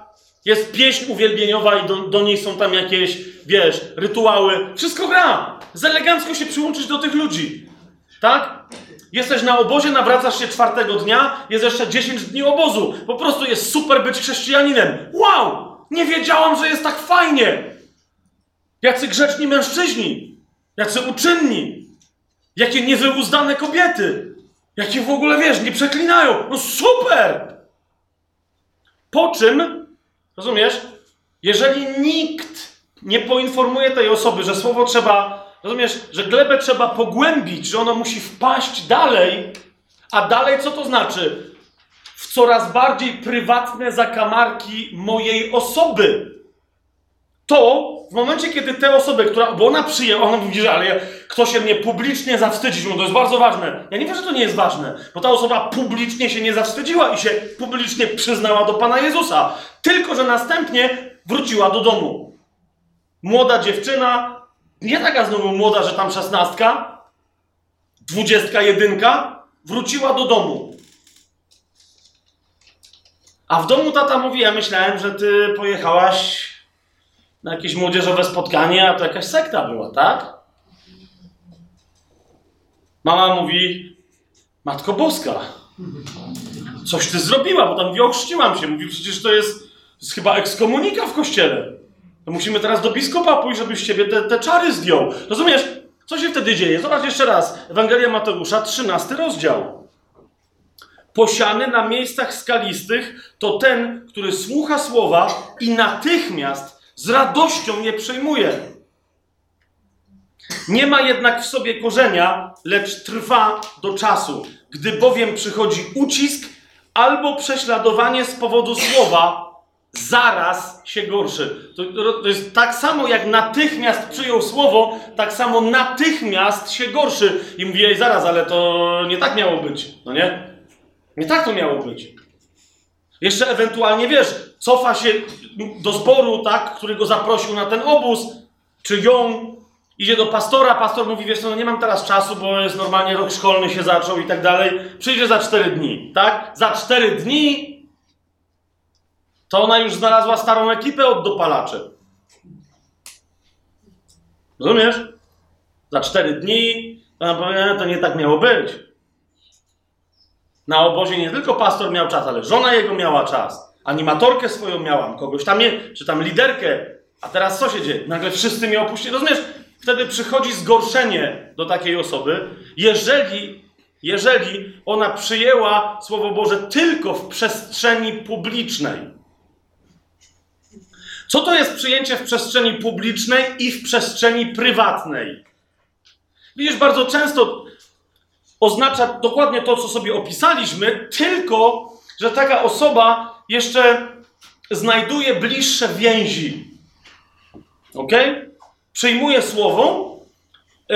Jest pieśń uwielbieniowa i do, do niej są tam jakieś, wiesz, rytuały. Wszystko gra. Z elegancko się przyłączyć do tych ludzi. Tak? Jesteś na obozie, nawracasz się czwartego dnia, jest jeszcze dziesięć dni obozu. Po prostu jest super być chrześcijaninem. Wow! Nie wiedziałam, że jest tak fajnie. Jacy grzeczni mężczyźni. Jacy uczynni. Jakie niewyuzdane kobiety. Jakie w ogóle, wiesz, nie przeklinają. No super! Po czym, rozumiesz, jeżeli nikt nie poinformuje tej osoby, że słowo trzeba, rozumiesz, że glebę trzeba pogłębić, że ono musi wpaść dalej, a dalej co to znaczy? W coraz bardziej prywatne zakamarki mojej osoby. To w momencie, kiedy te osoby, która, bo ona przyjęła, ona mówi, że ale kto się mnie publicznie zawstydzi, no to jest bardzo ważne. Ja nie wiem, że to nie jest ważne, bo ta osoba publicznie się nie zawstydziła i się publicznie przyznała do Pana Jezusa. Tylko że następnie wróciła do domu. Młoda dziewczyna, nie taka znowu młoda, że tam szesnastka, dwudziestka jedynka, wróciła do domu. A w domu tata mówi, ja myślałem, że ty pojechałaś na jakieś młodzieżowe spotkanie, a to jakaś sekta była, tak? Mama mówi, Matko Boska, coś ty zrobiła, bo tam mówi, ochrzciłam się. Mówi, przecież to jest, to jest chyba ekskomunika w kościele. To musimy teraz do biskupa pójść, żeby z ciebie te, te czary zdjął. Rozumiesz, co się wtedy dzieje? Zobacz jeszcze raz. Ewangelia Mateusza, trzynasty rozdział. Posiany na miejscach skalistych to ten, który słucha słowa i natychmiast z radością je przyjmuje. Nie ma jednak w sobie korzenia, lecz trwa do czasu. Gdy bowiem przychodzi ucisk albo prześladowanie z powodu słowa, zaraz się gorszy. To, to jest tak samo, jak natychmiast przyjął słowo, tak samo natychmiast się gorszy. I mówi, ej, zaraz, ale to nie tak miało być, no nie? Nie tak to miało być. Jeszcze ewentualnie, wiesz, cofa się do zboru, tak, który go zaprosił na ten obóz, czy ją, idzie do pastora, pastor mówi, wiesz co, no nie mam teraz czasu, bo jest normalnie rok szkolny się zaczął i tak dalej, przyjdzie za cztery dni, tak? Za cztery dni to ona już znalazła starą ekipę od dopalaczy. Rozumiesz? Za cztery dni to ona powie, to nie tak miało być. Na obozie nie tylko pastor miał czas, ale żona jego miała czas. Animatorkę swoją miałam, kogoś tam, nie, czy tam liderkę. A teraz co się dzieje? Nagle wszyscy mnie opuścili. Rozumiesz? Wtedy przychodzi zgorszenie do takiej osoby, jeżeli, jeżeli ona przyjęła Słowo Boże tylko w przestrzeni publicznej. Co to jest przyjęcie w przestrzeni publicznej i w przestrzeni prywatnej? Widzisz, bardzo często oznacza dokładnie to, co sobie opisaliśmy, tylko że taka osoba jeszcze znajduje bliższe więzi. Ok? Przyjmuje słowo yy,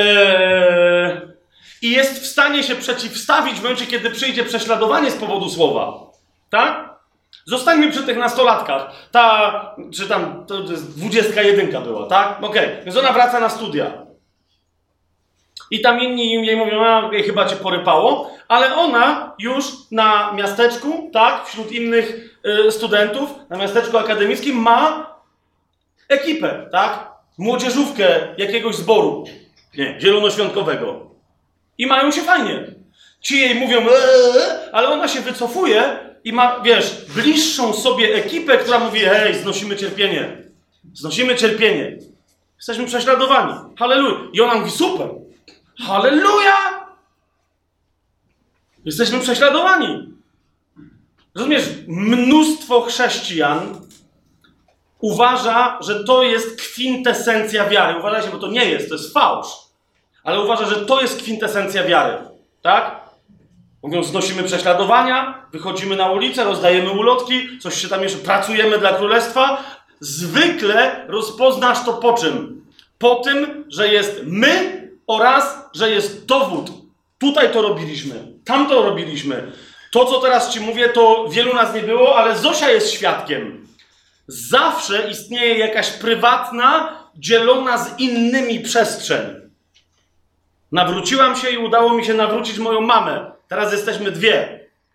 i jest w stanie się przeciwstawić w momencie, kiedy przyjdzie prześladowanie z powodu słowa. Tak? Zostańmy przy tych nastolatkach. Ta, czy tam, to jest dwudziestka jedynka była, tak? Ok, więc ona wraca na studia. I tam inni jej mówią, a chyba cię porypało, ale ona już na miasteczku, tak, wśród innych y, studentów, na miasteczku akademickim ma ekipę, tak, młodzieżówkę jakiegoś zboru, nie, zielonoświątkowego. I mają się fajnie. Ci jej mówią, eee, ale ona się wycofuje i ma, wiesz, bliższą sobie ekipę, która mówi, hej, znosimy cierpienie, znosimy cierpienie, jesteśmy prześladowani, halleluja. I ona mówi, super. Halleluja! Jesteśmy prześladowani. Rozumiesz, mnóstwo chrześcijan uważa, że to jest kwintesencja wiary. Uważajcie, bo to nie jest, to jest fałsz. Ale uważa, że to jest kwintesencja wiary. Tak? Mówią, znosimy prześladowania, wychodzimy na ulicę, rozdajemy ulotki, coś się tam jeszcze, pracujemy dla królestwa. Zwykle rozpoznasz to po czym? Po tym, że jest my oraz, że jest dowód. Tutaj to robiliśmy, tam to robiliśmy. To, co teraz ci mówię, to wielu nas nie było, ale Zosia jest świadkiem. Zawsze istnieje jakaś prywatna, dzielona z innymi przestrzeń. Nawróciłam się i udało mi się nawrócić moją mamę. Teraz jesteśmy dwie.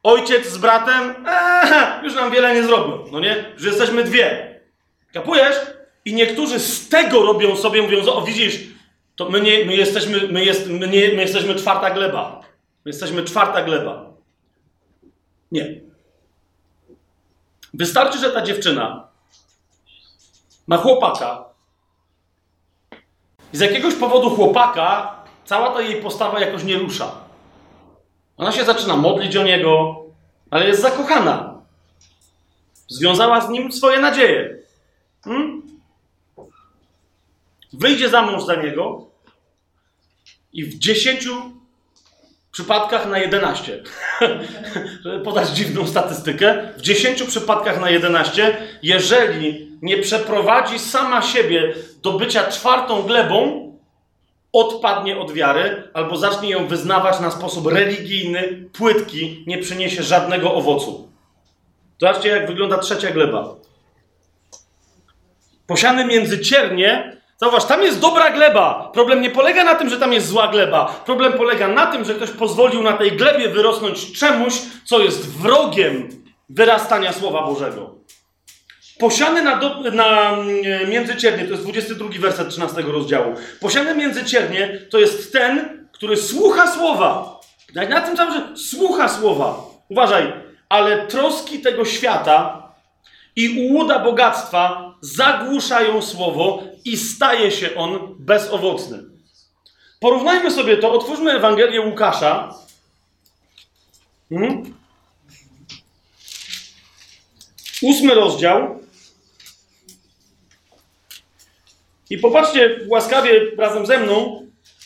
ojciec z bratem, eee, już nam wiele nie zrobią, no nie? Że jesteśmy dwie. Kapujesz? I niektórzy z tego robią sobie, mówiąc, o widzisz, to my, nie, my, jesteśmy, my, jest, my, nie, my jesteśmy czwarta gleba. My jesteśmy czwarta gleba. Nie. Wystarczy, że ta dziewczyna ma chłopaka i z jakiegoś powodu chłopaka cała ta jej postawa jakoś nie rusza. Ona się zaczyna modlić o niego, ale jest zakochana. Związała z nim swoje nadzieje. Hmm? Wyjdzie za mąż za niego i w dziesięciu przypadkach na jedenaście, żeby podać dziwną statystykę, w dziesięciu przypadkach na jedenaście, jeżeli nie przeprowadzi sama siebie do bycia czwartą glebą, odpadnie od wiary albo zacznie ją wyznawać na sposób religijny, płytki, nie przyniesie żadnego owocu. Zobaczcie, jak wygląda trzecia gleba. Posiany między ciernie. Zauważ, tam jest dobra gleba. Problem nie polega na tym, że tam jest zła gleba. Problem polega na tym, że ktoś pozwolił na tej glebie wyrosnąć czemuś, co jest wrogiem wyrastania Słowa Bożego. Posiany na, do, na międzyciernie, to jest dwudziesty drugi werset trzynastego rozdziału. Posiany międzyciernie to jest ten, który słucha Słowa. Na tym samym, że słucha Słowa. Uważaj, ale troski tego świata i ułuda bogactwa zagłuszają Słowo i staje się on bezowocny. Porównajmy sobie to, otwórzmy Ewangelię Łukasza. Hmm? Ósmy rozdział. I popatrzcie łaskawie razem ze mną.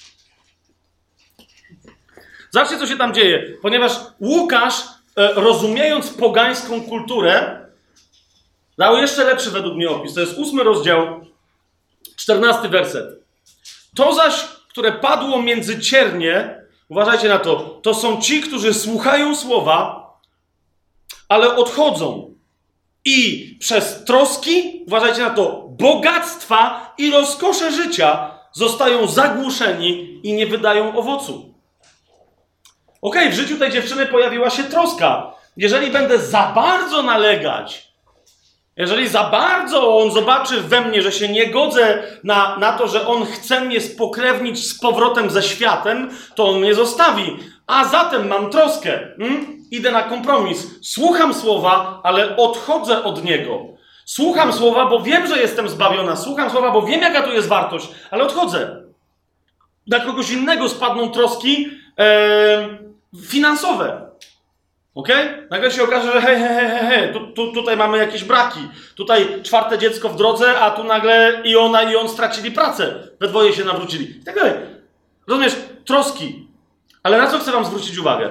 Zobaczcie, co się tam dzieje. Ponieważ Łukasz, e, rozumiejąc pogańską kulturę, dał jeszcze lepszy według mnie opis. To jest ósmy rozdział, czternasty werset. To zaś, które padło między ciernie, uważajcie na to, to są ci, którzy słuchają słowa, ale odchodzą. I przez troski, uważajcie na to, bogactwa i rozkosze życia zostają zagłuszeni i nie wydają owocu. Okej, okay, w życiu tej dziewczyny pojawiła się troska. Jeżeli będę za bardzo nalegać, jeżeli za bardzo on zobaczy we mnie, że się nie godzę na, na to, że on chce mnie spokrewnić z powrotem ze światem, to on mnie zostawi. A zatem mam troskę. Hmm? Idę na kompromis. Słucham słowa, ale odchodzę od niego. Słucham słowa, bo wiem, że jestem zbawiona. Słucham słowa, bo wiem, jaka tu jest wartość, ale odchodzę. Na kogoś innego spadną troski e, finansowe. Okej? Okay? Nagle się okaże, że hej, hej, hej, hej, tu, tu, tutaj mamy jakieś braki. Tutaj czwarte dziecko w drodze, a tu nagle i ona, i on stracili pracę. We dwoje się nawrócili. I tak dalej. Rozumiesz? Troski. Ale na co chcę wam zwrócić uwagę?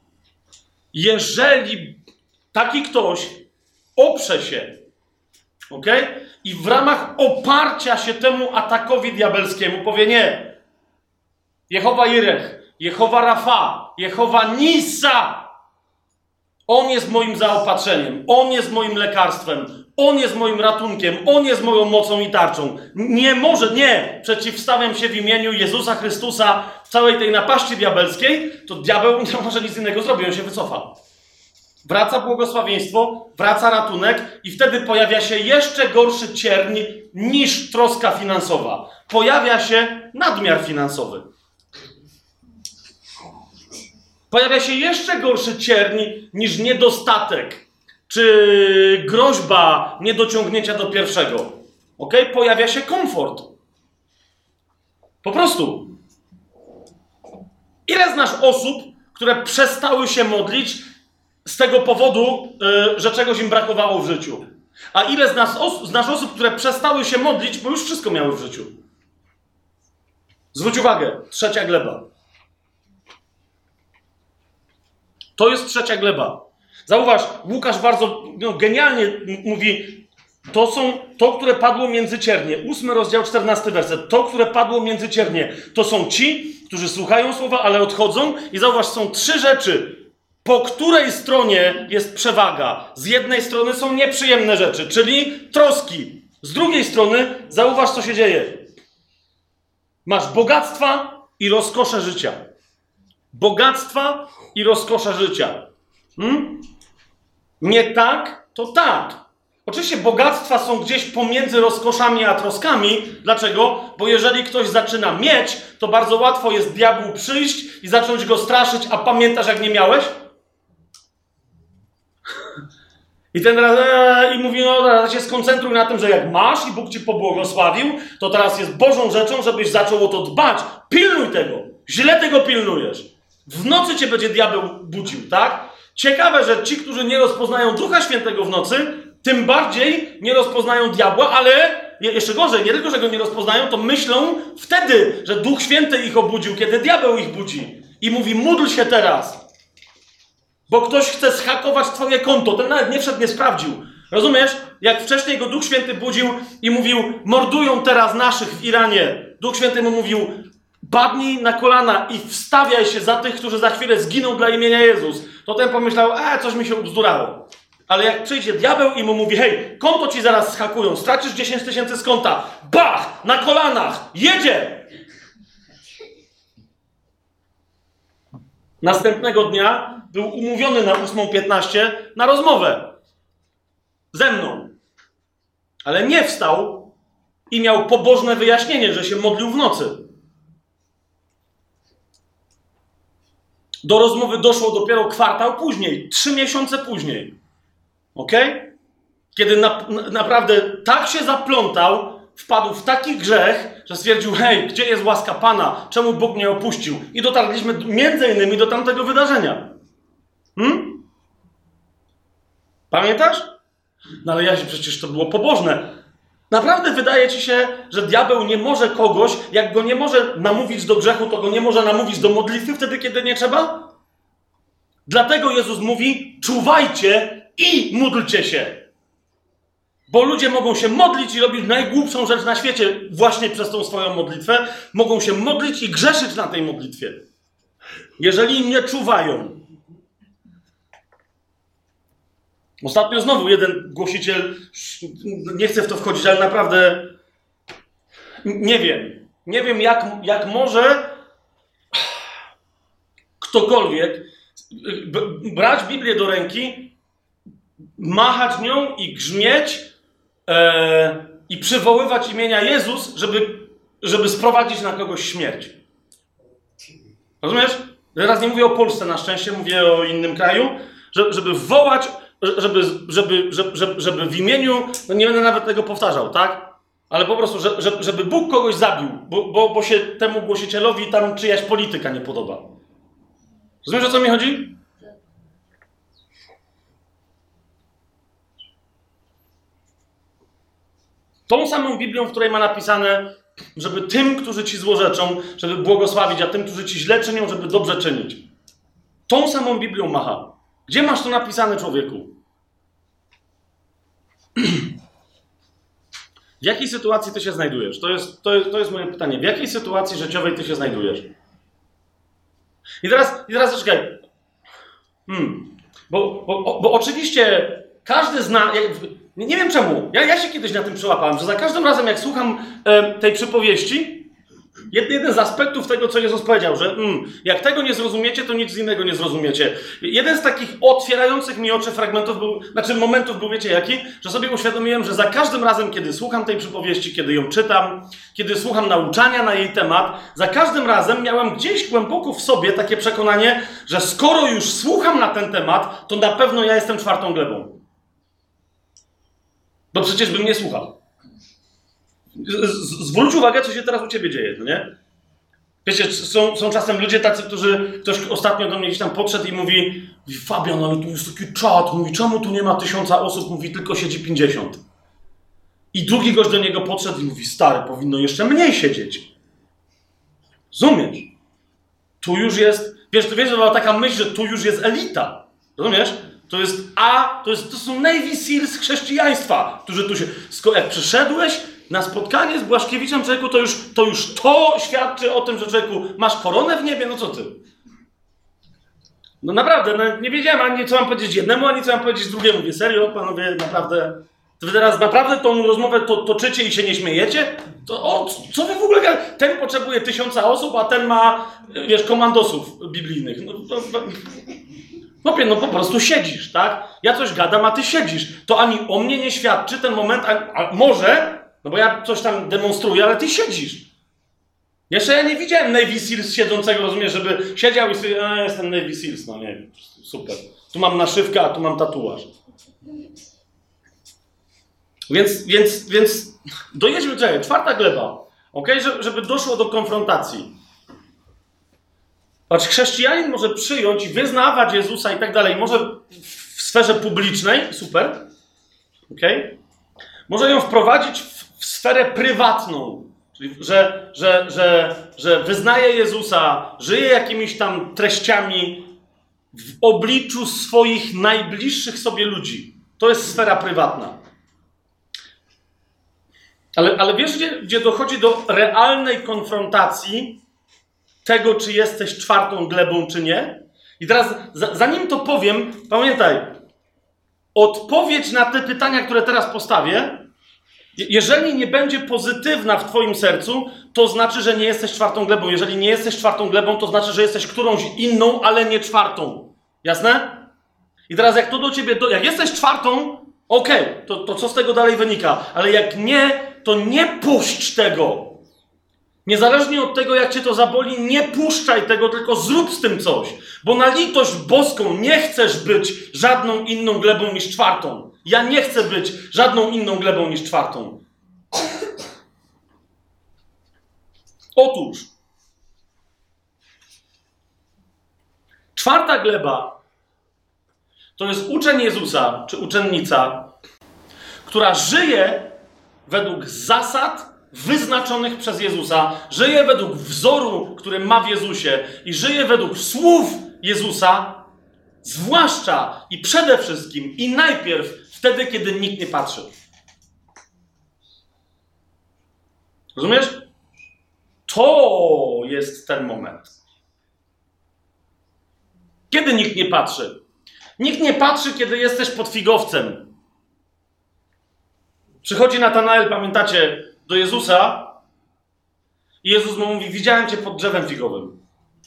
Jeżeli taki ktoś oprze się, okej? Okay? I w ramach oparcia się temu atakowi diabelskiemu powie nie. Jehowa Jireh, Jehowa Rafa, Jehowa Nisa. On jest moim zaopatrzeniem, On jest moim lekarstwem, On jest moim ratunkiem, On jest moją mocą i tarczą. Nie może, nie, przeciwstawiam się w imieniu Jezusa Chrystusa całej tej napaści diabelskiej, to diabeł nie może nic innego zrobić, on się wycofa. Wraca błogosławieństwo, wraca ratunek i wtedy pojawia się jeszcze gorszy cierń niż troska finansowa. Pojawia się nadmiar finansowy. Pojawia się jeszcze gorszy cierń niż niedostatek, czy groźba niedociągnięcia do pierwszego. Ok? Pojawia się komfort. Po prostu. Ile znasz osób, które przestały się modlić z tego powodu, yy, że czegoś im brakowało w życiu? A ile znasz, os- znasz osób, które przestały się modlić, bo już wszystko miały w życiu? Zwróć uwagę, trzecia gleba. To jest trzecia gleba. Zauważ, Łukasz bardzo no, genialnie m- mówi, to są to, które padło między ciernie. Ósmy rozdział, czternasty werset. To, które padło między ciernie, to są ci, którzy słuchają słowa, ale odchodzą. I zauważ, są trzy rzeczy, po której stronie jest przewaga. Z jednej strony są nieprzyjemne rzeczy, czyli troski. Z drugiej strony, zauważ, co się dzieje. Masz bogactwa i rozkosze życia. Bogactwa i rozkosze życia. Hmm? Nie tak, to tak. Oczywiście bogactwa są gdzieś pomiędzy rozkoszami a troskami. Dlaczego? Bo jeżeli ktoś zaczyna mieć, to bardzo łatwo jest diabłu przyjść i zacząć go straszyć, a pamiętasz, jak nie miałeś? I ten raz ee, i mówi, no teraz się skoncentruj na tym, że jak masz i Bóg ci pobłogosławił, to teraz jest Bożą rzeczą, żebyś zaczął o to dbać. Pilnuj tego. Źle tego pilnujesz. W nocy cię będzie diabeł budził, tak? Ciekawe, że ci, którzy nie rozpoznają Ducha Świętego w nocy, tym bardziej nie rozpoznają diabła, ale jeszcze gorzej, nie tylko, że go nie rozpoznają, to myślą wtedy, że Duch Święty ich obudził, kiedy diabeł ich budzi. I mówi, módl się teraz. Bo ktoś chce zhakować twoje konto. Ten nawet nie wszedł, nie sprawdził. Rozumiesz? Jak wcześniej go Duch Święty budził i mówił, mordują teraz naszych w Iranie. Duch Święty mu mówił, padnij na kolana i wstawiaj się za tych, którzy za chwilę zginą dla imienia Jezus. To ten pomyślał, e, coś mi się ubzdurało. Ale jak przyjdzie diabeł i mu mówi, hej, konto ci zaraz zhakują, stracisz dziesięć tysięcy z konta. Bach! Na kolanach! Jedzie! Następnego dnia był umówiony na ósmą piętnaście na rozmowę ze mną. Ale nie wstał i miał pobożne wyjaśnienie, że się modlił w nocy. Do rozmowy doszło dopiero kwartał później, trzy miesiące później. Okej? Okay? Kiedy na, na, naprawdę tak się zaplątał, wpadł w taki grzech, że stwierdził, hej, gdzie jest łaska Pana? Czemu Bóg mnie opuścił? I dotarliśmy między innymi do tamtego wydarzenia. Hmm? Pamiętasz? No ale ja się, przecież to było pobożne. Naprawdę wydaje ci się, że diabeł nie może kogoś, jak go nie może namówić do grzechu, to go nie może namówić do modlitwy wtedy, kiedy nie trzeba? Dlatego Jezus mówi, czuwajcie i módlcie się. Bo ludzie mogą się modlić i robić najgłupszą rzecz na świecie właśnie przez tą swoją modlitwę. Mogą się modlić i grzeszyć na tej modlitwie. Jeżeli nie czuwają. Ostatnio znowu jeden głosiciel, nie chcę w to wchodzić, ale naprawdę nie wiem. Nie wiem, jak, jak może ktokolwiek brać Biblię do ręki, machać nią i grzmieć e, i przywoływać imienia Jezus, żeby, żeby sprowadzić na kogoś śmierć. Rozumiesz? Teraz nie mówię o Polsce na szczęście, mówię o innym kraju, żeby wołać, żeby, żeby, żeby, żeby w imieniu, no nie będę nawet tego powtarzał, tak? Ale po prostu, żeby, żeby Bóg kogoś zabił, bo, bo, bo się temu głosicielowi tam czyjaś polityka nie podoba. Rozumiesz, o co mi chodzi? Tą samą Biblią, w której ma napisane, żeby tym, którzy ci złorzeczą, żeby błogosławić, a tym, którzy ci źle czynią, żeby dobrze czynić. Tą samą Biblią macha. Gdzie masz to napisane, człowieku? W jakiej sytuacji ty się znajdujesz? To jest, to jest, to jest moje pytanie. W jakiej sytuacji życiowej ty się znajdujesz? I teraz, i teraz czekaj. Hmm. Bo, bo, bo oczywiście każdy zna... Nie, nie wiem czemu. Ja, ja się kiedyś na tym przełapałem, że za każdym razem, jak słucham e, tej przypowieści, jed, jeden z aspektów tego, co Jezus powiedział, że mm, jak tego nie zrozumiecie, to nic innego nie zrozumiecie. Jeden z takich otwierających mi oczy fragmentów był, znaczy momentów był, wiecie jaki? Że sobie uświadomiłem, że za każdym razem, kiedy słucham tej przypowieści, kiedy ją czytam, kiedy słucham nauczania na jej temat, za każdym razem miałem gdzieś głęboko w sobie takie przekonanie, że skoro już słucham na ten temat, to na pewno ja jestem czwartą glebą. Bo przecież bym nie słuchał. Z, z, zwróć uwagę, co się teraz u ciebie dzieje, no nie? Wiecie, są, są czasem ludzie tacy, którzy... Ktoś ostatnio do mnie gdzieś tam podszedł i mówi, mówi Fabian, ale tu jest taki czat. Mówi, czemu tu nie ma tysiąca osób? Mówi, tylko siedzi pięćdziesiąt. I drugi gość do niego podszedł i mówi, stary, powinno jeszcze mniej siedzieć. Rozumiesz? Tu już jest... Wiesz, to wiesz, że była taka myśl, że tu już jest elita. Rozumiesz? To jest A, to, jest, to są Navy Seals chrześcijaństwa, którzy tu się... Jak przyszedłeś na spotkanie z Błaszkiewiczem, człowieku, to już, to już to świadczy o tym, że człowieku, masz koronę w niebie, no co ty? No naprawdę, no, nie wiedziałem ani co mam powiedzieć jednemu, ani co mam powiedzieć drugiemu. Mówię, serio, panowie, naprawdę... To wy teraz naprawdę tą rozmowę to, toczycie i się nie śmiejecie? To, o, co wy w ogóle... Ten potrzebuje tysiąca osób, a ten ma, wiesz, komandosów biblijnych. No, to, Chłopie, no po prostu siedzisz, tak? Ja coś gadam, a ty siedzisz. To ani o mnie nie świadczy ten moment, a, a może, no bo ja coś tam demonstruję, ale ty siedzisz. Jeszcze ja nie widziałem Navy Seals siedzącego, rozumiesz, żeby siedział i sobie, a jestem Navy Seals, no nie wiem, super. Tu mam naszywkę, a tu mam tatuaż. Więc, więc, więc dojedźmy, czekaj, czwarta gleba, okej, okay? Żeby doszło do konfrontacji. Patrz, chrześcijanin może przyjąć i wyznawać Jezusa i tak dalej, może w sferze publicznej, super, okej, okay? Może ją wprowadzić w, w sferę prywatną, czyli że, że, że, że wyznaje Jezusa, żyje jakimiś tam treściami w obliczu swoich najbliższych sobie ludzi. To jest sfera prywatna. Ale, ale wiesz, gdzie, gdzie dochodzi do realnej konfrontacji tego, czy jesteś czwartą glebą, czy nie? I teraz, za, zanim to powiem, pamiętaj, odpowiedź na te pytania, które teraz postawię, jeżeli nie będzie pozytywna w twoim sercu, to znaczy, że nie jesteś czwartą glebą. Jeżeli nie jesteś czwartą glebą, to znaczy, że jesteś którąś inną, ale nie czwartą. Jasne? I teraz jak to do ciebie, do, jak jesteś czwartą, okej, okay, to, to co z tego dalej wynika? Ale jak nie, to nie puść tego. Niezależnie od tego, jak cię to zaboli, nie puszczaj tego, tylko zrób z tym coś. Bo na litość boską nie chcesz być żadną inną glebą niż czwartą. Ja nie chcę być żadną inną glebą niż czwartą. Otóż czwarta gleba to jest uczeń Jezusa, czy uczennica, która żyje według zasad wyznaczonych przez Jezusa, żyje według wzoru, który ma w Jezusie i żyje według słów Jezusa, zwłaszcza i przede wszystkim i najpierw wtedy, kiedy nikt nie patrzy. Rozumiesz? To jest ten moment. Kiedy nikt nie patrzy? Nikt nie patrzy, kiedy jesteś pod figowcem. Przychodzi Natanael, pamiętacie, do Jezusa i Jezus mu mówi, widziałem cię pod drzewem figowym.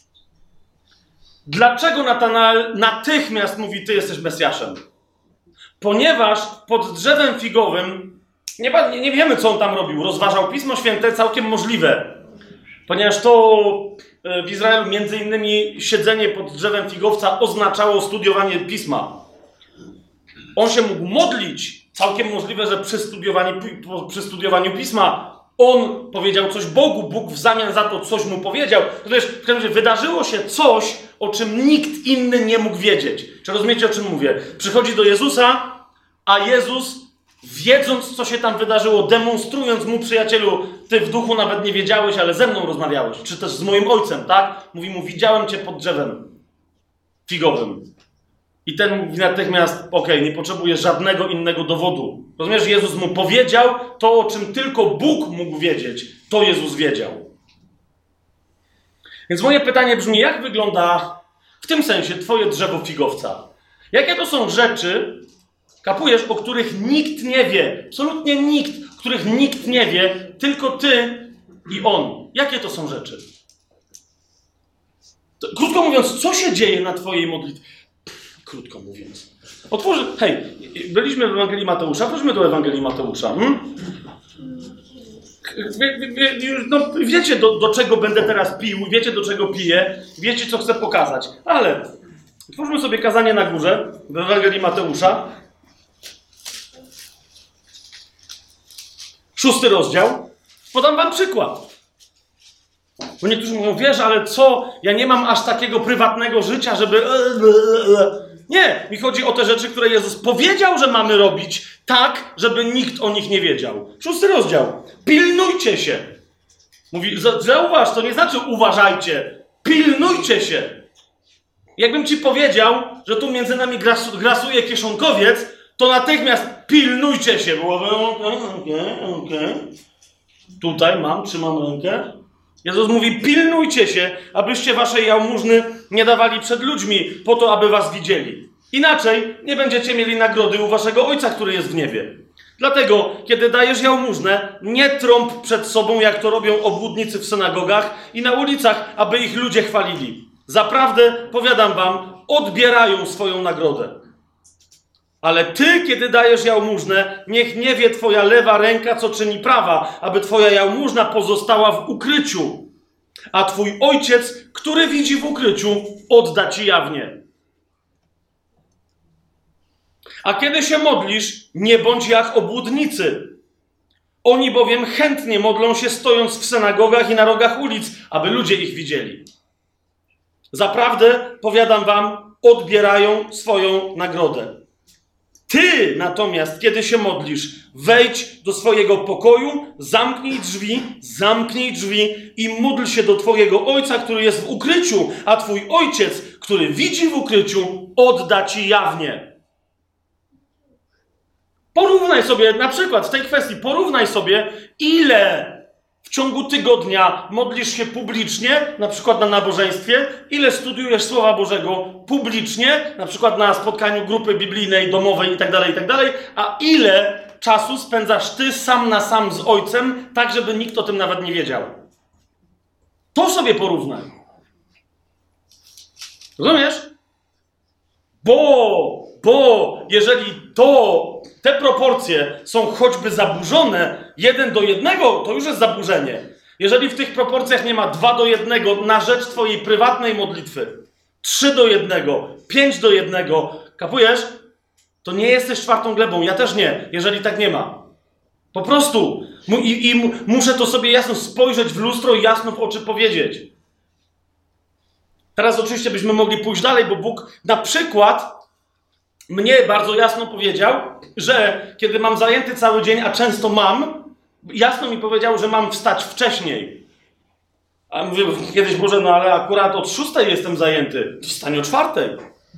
Dlaczego Natanael natychmiast mówi, ty jesteś Mesjaszem? Ponieważ pod drzewem figowym, nie, nie, nie wiemy, co on tam robił, rozważał Pismo Święte, całkiem możliwe. Ponieważ to w Izraelu między innymi siedzenie pod drzewem figowca oznaczało studiowanie Pisma. On się mógł modlić, całkiem możliwe, że przy studiowaniu, przy studiowaniu Pisma on powiedział coś Bogu, Bóg w zamian za to coś mu powiedział. To wiesz, w każdym razie wydarzyło się coś, o czym nikt inny nie mógł wiedzieć. Czy rozumiecie, o czym mówię? Przychodzi do Jezusa, a Jezus, wiedząc, co się tam wydarzyło, demonstrując mu, przyjacielu, ty w duchu nawet nie wiedziałeś, ale ze mną rozmawiałeś, czy też z moim ojcem, tak? Mówi mu, widziałem cię pod drzewem figowym. I ten mówi natychmiast, okej, okay, nie potrzebuje żadnego innego dowodu. Rozumiesz, Jezus mu powiedział to, o czym tylko Bóg mógł wiedzieć. To Jezus wiedział. Więc moje pytanie brzmi, jak wygląda w tym sensie twoje drzewo figowca? Jakie to są rzeczy, kapujesz, o których nikt nie wie, absolutnie nikt, których nikt nie wie, tylko ty i on. Jakie to są rzeczy? To, krótko mówiąc, co się dzieje na twojej modlitwie? Krótko mówiąc. Otworzy... Hej, byliśmy w Ewangelii Mateusza, wróćmy do Ewangelii Mateusza. Hmm? Wie, wie, no, wiecie, do, do czego będę teraz pił, wiecie, do czego piję, wiecie, co chcę pokazać. Ale otwórzmy sobie kazanie na górze w Ewangelii Mateusza. Szósty rozdział. Podam wam przykład. Bo niektórzy mówią, wiesz, ale co? Ja nie mam aż takiego prywatnego życia, żeby... Nie, mi chodzi o te rzeczy, które Jezus powiedział, że mamy robić tak, żeby nikt o nich nie wiedział. Szósty rozdział. Pilnujcie się. Mówi, zauważ, to nie znaczy uważajcie. Pilnujcie się. Jakbym ci powiedział, że tu między nami gras, grasuje kieszonkowiec, to natychmiast pilnujcie się. Byłoby okej, okej, okej. Tutaj mam, trzymam rękę. Jezus mówi, pilnujcie się, abyście waszej jałmużny nie dawali przed ludźmi, po to, aby was widzieli. Inaczej nie będziecie mieli nagrody u waszego Ojca, który jest w niebie. Dlatego, kiedy dajesz jałmużnę, nie trąb przed sobą, jak to robią obłudnicy w synagogach i na ulicach, aby ich ludzie chwalili. Zaprawdę, powiadam wam, odbierają swoją nagrodę. Ale ty, kiedy dajesz jałmużnę, niech nie wie twoja lewa ręka, co czyni prawa, aby twoja jałmużna pozostała w ukryciu. A twój ojciec, który widzi w ukryciu, odda ci jawnie. A kiedy się modlisz, nie bądź jak obłudnicy. Oni bowiem chętnie modlą się stojąc w synagogach i na rogach ulic, aby ludzie ich widzieli. Zaprawdę, powiadam wam, odbierają swoją nagrodę. Ty natomiast, kiedy się modlisz, wejdź do swojego pokoju, zamknij drzwi, zamknij drzwi i módl się do twojego ojca, który jest w ukryciu, a twój ojciec, który widzi w ukryciu, odda ci jawnie. Porównaj sobie, na przykład w tej kwestii, porównaj sobie, ile w ciągu tygodnia modlisz się publicznie, na przykład na nabożeństwie, ile studiujesz Słowa Bożego publicznie, na przykład na spotkaniu grupy biblijnej, domowej itd., itd., a ile czasu spędzasz ty sam na sam z Ojcem, tak żeby nikt o tym nawet nie wiedział. To sobie porównaj. Rozumiesz? Bo, bo jeżeli to, te proporcje są choćby zaburzone jeden do jednego, to już jest zaburzenie. Jeżeli w tych proporcjach nie ma dwa do jednego na rzecz twojej prywatnej modlitwy, trzy do jednego, pięć do jednego, kapujesz? To nie jesteś czwartą glebą. Ja też nie, jeżeli tak nie ma. Po prostu. I, i muszę to sobie jasno spojrzeć w lustro i jasno w oczy powiedzieć. Teraz oczywiście byśmy mogli pójść dalej, bo Bóg na przykład mnie bardzo jasno powiedział, że kiedy mam zajęty cały dzień, a często mam, jasno mi powiedział, że mam wstać wcześniej. A mówię kiedyś, Boże, no ale akurat od szóstej jestem zajęty. To wstań o czwartej.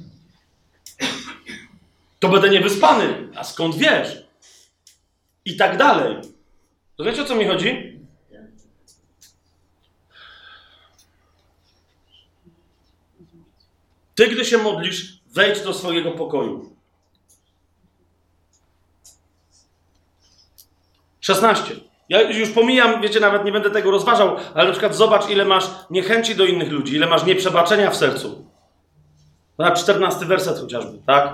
To będę niewyspany. A skąd wiesz? I tak dalej. To wiecie, o co mi chodzi? Ty, gdy się modlisz, wejdź do swojego pokoju. szesnaście. Ja już pomijam, wiecie, nawet nie będę tego rozważał, ale na przykład zobacz, ile masz niechęci do innych ludzi, ile masz nieprzebaczenia w sercu. Na czternasty werset chociażby, tak?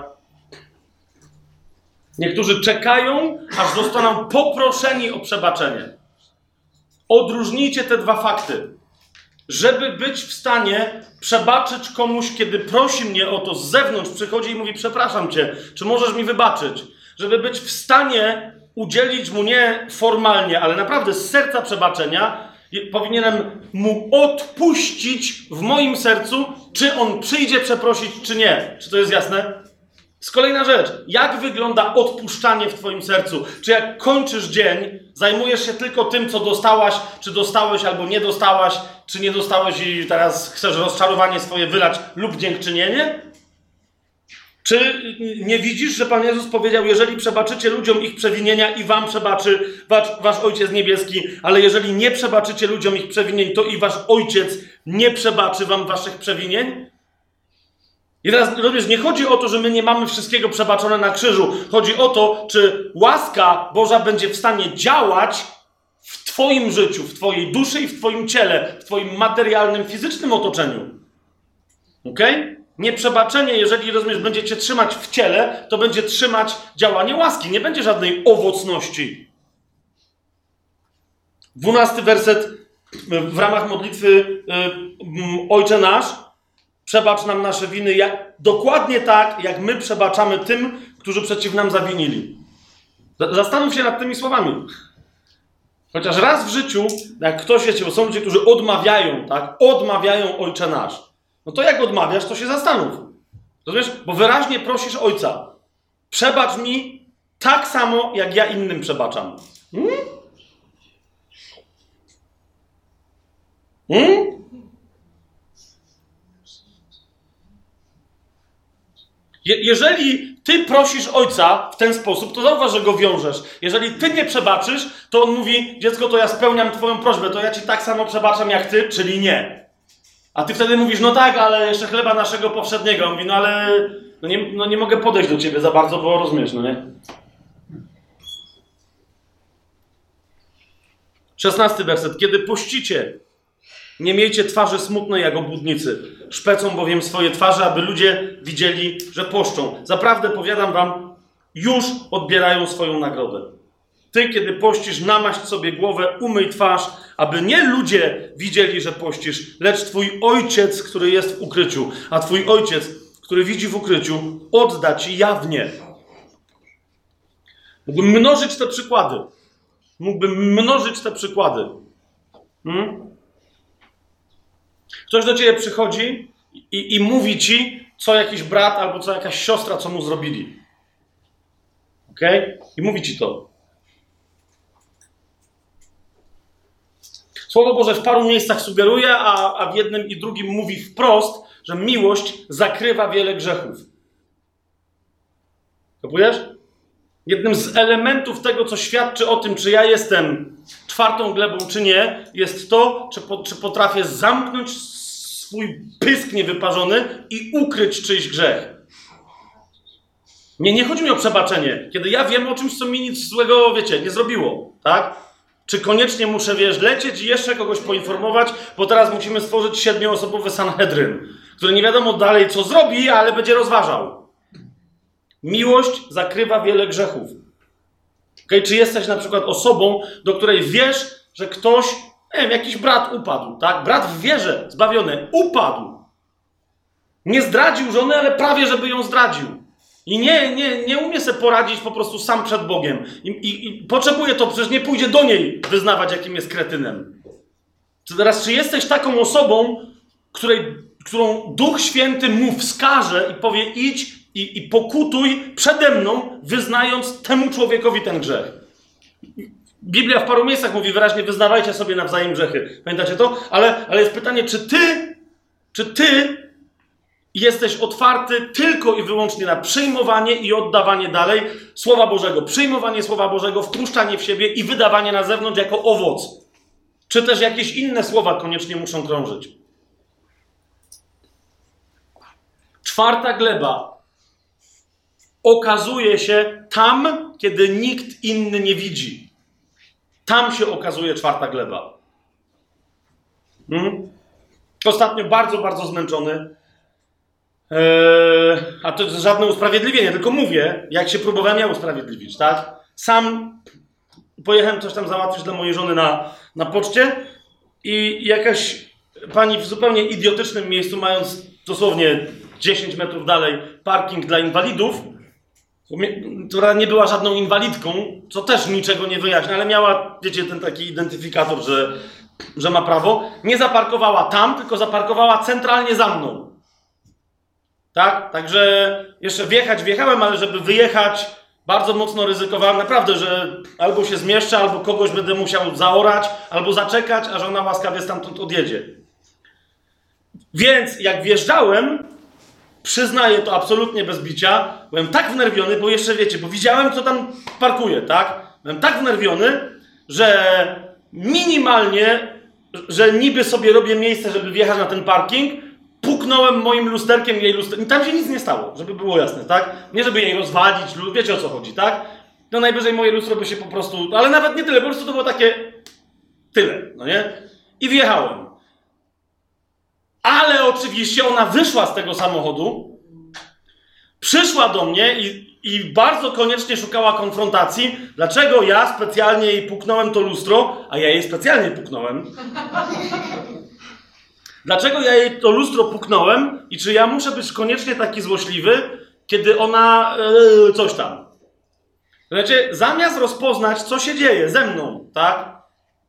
Niektórzy czekają, aż zostaną poproszeni o przebaczenie. Odróżnijcie te dwa fakty. Żeby być w stanie przebaczyć komuś, kiedy prosi mnie o to z zewnątrz, przychodzi i mówi, przepraszam cię, czy możesz mi wybaczyć? Żeby być w stanie udzielić mu nie formalnie, ale naprawdę z serca przebaczenia, powinienem mu odpuścić w moim sercu, czy on przyjdzie przeprosić, czy nie. Czy to jest jasne? Z kolejna rzecz. Jak wygląda odpuszczanie w twoim sercu? Czy jak kończysz dzień, zajmujesz się tylko tym, co dostałaś, czy dostałeś, albo nie dostałaś, czy nie dostałeś i teraz chcesz rozczarowanie swoje wylać lub dziękczynienie? Czy nie widzisz, że Pan Jezus powiedział, jeżeli przebaczycie ludziom ich przewinienia i wam przebaczy wasz, wasz Ojciec Niebieski, ale jeżeli nie przebaczycie ludziom ich przewinień, to i wasz Ojciec nie przebaczy wam waszych przewinień? I teraz, rozumiesz, nie chodzi o to, że my nie mamy wszystkiego przebaczone na krzyżu. Chodzi o to, czy łaska Boża będzie w stanie działać w twoim życiu, w twojej duszy i w twoim ciele, w twoim materialnym, fizycznym otoczeniu. Okej? Okay? Nieprzebaczenie, jeżeli, rozumiesz, będzie cię trzymać w ciele, to będzie trzymać działanie łaski. Nie będzie żadnej owocności. Dwunasty werset w ramach modlitwy Ojcze Nasz. Przebacz nam nasze winy, jak, dokładnie tak, jak my przebaczamy tym, którzy przeciw nam zawinili. Zastanów się nad tymi słowami. Chociaż raz w życiu, jak ktoś, wiecie, bo są ludzie, którzy odmawiają, tak? Odmawiają Ojcze Nasz. No to jak odmawiasz, to się zastanów. Rozumiesz? Bo wyraźnie prosisz Ojca. Przebacz mi tak samo, jak ja innym przebaczam. Hmm? Hmm? Je- jeżeli ty prosisz Ojca w ten sposób, to zauważ, że go wiążesz. Jeżeli ty nie przebaczysz, to on mówi, dziecko, to ja spełniam twoją prośbę, to ja ci tak samo przebaczam jak ty, czyli nie. A ty wtedy mówisz, no tak, ale jeszcze chleba naszego powszedniego. On mówi, no ale no nie, no nie mogę podejść do ciebie za bardzo, bo rozumiesz, no nie? szesnasty werset. Kiedy pościcie, Nie miejcie twarzy smutnej jak obłudnicy. Szpecą bowiem swoje twarze, aby ludzie widzieli, że poszczą. Zaprawdę powiadam wam, już odbierają swoją nagrodę. Ty, kiedy pościsz, namaść sobie głowę, umyj twarz, aby nie ludzie widzieli, że pościsz, lecz twój ojciec, który jest w ukryciu. A twój ojciec, który widzi w ukryciu, odda ci jawnie. Mógłbym mnożyć te przykłady. Mógłbym mnożyć te przykłady. Hmm? Ktoś do ciebie przychodzi i, i mówi ci, co jakiś brat albo co jakaś siostra, co mu zrobili. Okej? Okay? I mówi ci to. Słowo Boże w paru miejscach sugeruje, a, a w jednym i drugim mówi wprost, że miłość zakrywa wiele grzechów. Kapujesz? Jednym z elementów tego, co świadczy o tym, czy ja jestem czwartą glebą, czy nie, jest to, czy, po, czy potrafię zamknąć swój pysk niewyparzony i ukryć czyjś grzech. Nie, nie chodzi mi o przebaczenie. Kiedy ja wiem o czymś, co mi nic złego, wiecie, nie zrobiło, tak? Czy koniecznie muszę, wiesz, lecieć i jeszcze kogoś poinformować, bo teraz musimy stworzyć siedmioosobowy Sanhedryn, który nie wiadomo dalej, co zrobi, ale będzie rozważał. Miłość zakrywa wiele grzechów. Okay? Czy jesteś na przykład osobą, do której wiesz, że ktoś, nie wiem, jakiś brat upadł, tak? Brat w wierze, zbawiony, upadł. Nie zdradził żony, ale prawie, żeby ją zdradził. I nie, nie, nie umie sobie poradzić po prostu sam przed Bogiem. I, i, i potrzebuje to, przecież nie pójdzie do niej wyznawać, jakim jest kretynem. To teraz, czy jesteś taką osobą, której, którą Duch Święty mu wskaże i powie idź i, i pokutuj przede mną, wyznając temu człowiekowi ten grzech. Biblia w paru miejscach mówi wyraźnie, wyznawajcie sobie nawzajem grzechy. Pamiętacie to? Ale, ale jest pytanie, czy ty, czy ty jesteś otwarty tylko i wyłącznie na przyjmowanie i oddawanie dalej Słowa Bożego. Przyjmowanie Słowa Bożego, wpuszczanie w siebie i wydawanie na zewnątrz jako owoc. Czy też jakieś inne słowa koniecznie muszą krążyć. Czwarta gleba okazuje się tam, kiedy nikt inny nie widzi. Tam się okazuje czwarta gleba. Hmm? Ostatnio bardzo, bardzo zmęczony. Eee, a to jest żadne usprawiedliwienie, tylko mówię, jak się próbowałem ja usprawiedliwić, tak? Sam pojechałem coś tam załatwić dla mojej żony na, na poczcie i jakaś pani w zupełnie idiotycznym miejscu, mając dosłownie dziesięć metrów dalej parking dla inwalidów, która nie była żadną inwalidką, co też niczego nie wyjaśnia, ale miała, wiecie, ten taki identyfikator, że, że ma prawo, nie zaparkowała tam, tylko zaparkowała centralnie za mną. Tak? Także jeszcze wjechać wjechałem, ale żeby wyjechać, bardzo mocno ryzykowałem. Naprawdę, że albo się zmieszczę, albo kogoś będę musiał zaorać, albo zaczekać, aż ona łaskawie stamtąd odjedzie. Więc jak wjeżdżałem, przyznaję to absolutnie bez bicia, byłem tak wnerwiony, bo jeszcze wiecie, bo widziałem, kto tam parkuje, tak? Byłem tak wnerwiony, że minimalnie, że niby sobie robię miejsce, żeby wjechać na ten parking, puknąłem moim lusterkiem jej lusterkiem. Tam się nic nie stało, żeby było jasne, tak? Nie żeby jej rozwalić, wiecie o co chodzi, tak? No najwyżej moje lustro by się po prostu... Ale nawet nie tyle, po prostu to było takie... Tyle, no nie? I wjechałem. Ale oczywiście ona wyszła z tego samochodu, przyszła do mnie i, i bardzo koniecznie szukała konfrontacji. Dlaczego ja specjalnie jej puknąłem to lustro, a ja jej specjalnie puknąłem? Dlaczego ja jej to lustro puknąłem i czy ja muszę być koniecznie taki złośliwy, kiedy ona yy, coś tam. Znaczy, zamiast rozpoznać, co się dzieje ze mną, tak?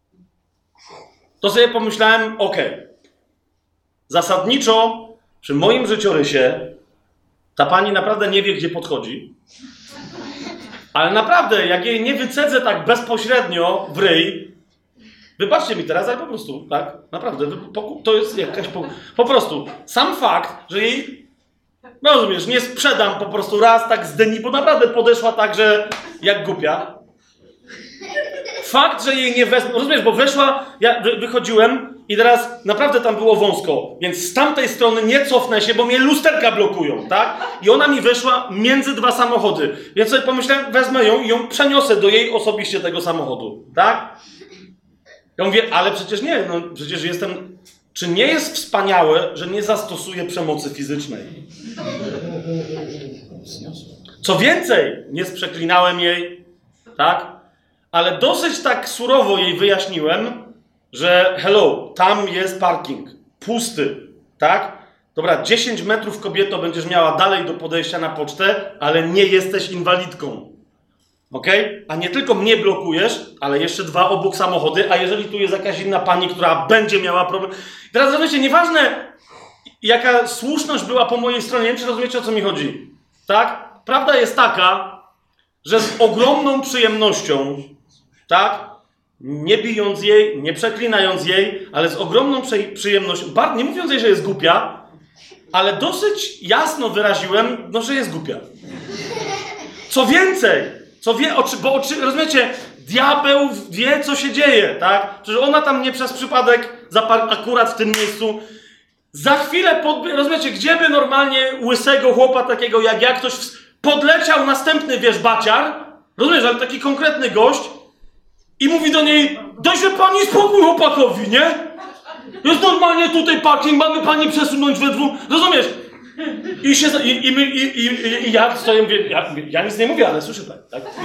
To sobie pomyślałem, okej. Okay. Zasadniczo przy moim życiorysie ta pani naprawdę nie wie, gdzie podchodzi. Ale naprawdę, jak jej nie wycedzę tak bezpośrednio w ryj, wybaczcie mi teraz, ale po prostu, tak? Naprawdę, to jest jakaś... Po, po prostu, sam fakt, że jej, no rozumiesz, nie sprzedam po prostu raz tak z dyni, bo naprawdę podeszła tak, że jak głupia. Fakt, że jej nie wezmę, rozumiesz, bo weszła, ja wy, wychodziłem i teraz naprawdę tam było wąsko, więc z tamtej strony nie cofnę się, bo mnie lusterka blokują, tak? I ona mi weszła między dwa samochody. Więc sobie pomyślałem, wezmę ją i ją przeniosę do jej osobiście tego samochodu, tak? Ja mówię, ale przecież nie, no przecież jestem czy nie jest wspaniałe, że nie zastosuje przemocy fizycznej? Co więcej, nie sprzeklinałem jej, tak? Ale dosyć tak surowo jej wyjaśniłem, że hello, tam jest parking, pusty, tak? Dobra, dziesięć metrów kobieto będziesz miała dalej do podejścia na pocztę, ale nie jesteś inwalidką. Okej? Okay? A nie tylko mnie blokujesz, ale jeszcze dwa obok samochody, a jeżeli tu jest jakaś inna pani, która będzie miała problem... Teraz rozumiecie, nieważne jaka słuszność była po mojej stronie, nie wiem, czy rozumiecie, o co mi chodzi. Tak? Prawda jest taka, że z ogromną przyjemnością, tak? Nie bijąc jej, nie przeklinając jej, ale z ogromną przyjemnością, nie mówiąc jej, że jest głupia, ale dosyć jasno wyraziłem, no, że jest głupia. Co więcej, co wie, oczy, bo oczy, rozumiecie, diabeł wie, co się dzieje, tak? Przecież ona tam nie przez przypadek zapar- akurat w tym miejscu. Za chwilę, podby- rozumiecie, gdzie by normalnie łysego chłopa takiego jak ja, ktoś w- podleciał następny wierzbaciar, rozumiesz, ale taki konkretny gość i mówi do niej, dajże pani spokój chłopakowi, nie? Jest normalnie tutaj parking, mamy pani przesunąć we dwóch, rozumiesz? I się, i, i, my, i, i, i ja stoję, mówię, ja, ja nic nie mówię, ale słyszę tak, tak?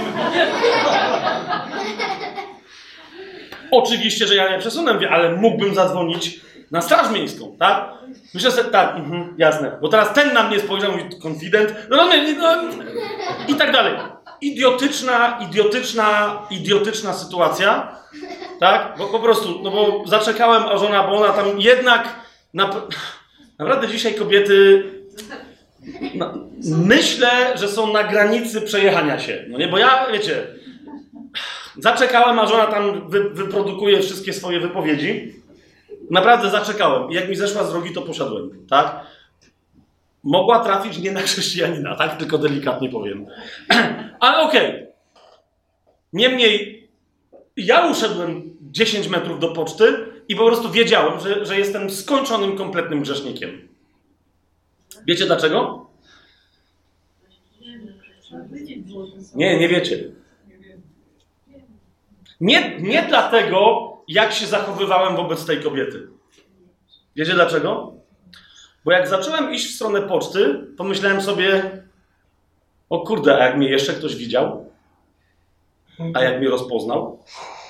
Oczywiście, że ja nie przesunę, mówię, ale mógłbym zadzwonić na straż miejską, tak? Myślę sobie, tak, mhm, jasne, bo teraz ten na mnie spojrzał, mówi, konfident, no, no, no, i tak dalej. Idiotyczna, idiotyczna, idiotyczna sytuacja, tak? Bo po prostu, no bo zaczekałem, a żona, bo ona tam jednak, na, naprawdę dzisiaj kobiety, no, myślę, że są na granicy przejechania się, no nie, bo ja, wiecie, zaczekałem, a żona tam wy, wyprodukuje wszystkie swoje wypowiedzi. Naprawdę zaczekałem. I jak mi zeszła z drogi, to poszedłem, tak? Mogła trafić nie na chrześcijanina, tak? Tylko delikatnie powiem. Ale okej. Okay. Niemniej, ja uszedłem dziesięć metrów do poczty i po prostu wiedziałem, że, że jestem skończonym, kompletnym grzesznikiem. Wiecie dlaczego? Nie, nie wiecie. Nie, nie dlatego, jak się zachowywałem wobec tej kobiety. Wiecie dlaczego? Bo jak zacząłem iść w stronę poczty, pomyślałem sobie, o kurde, a jak mnie jeszcze ktoś widział? A jak mnie rozpoznał?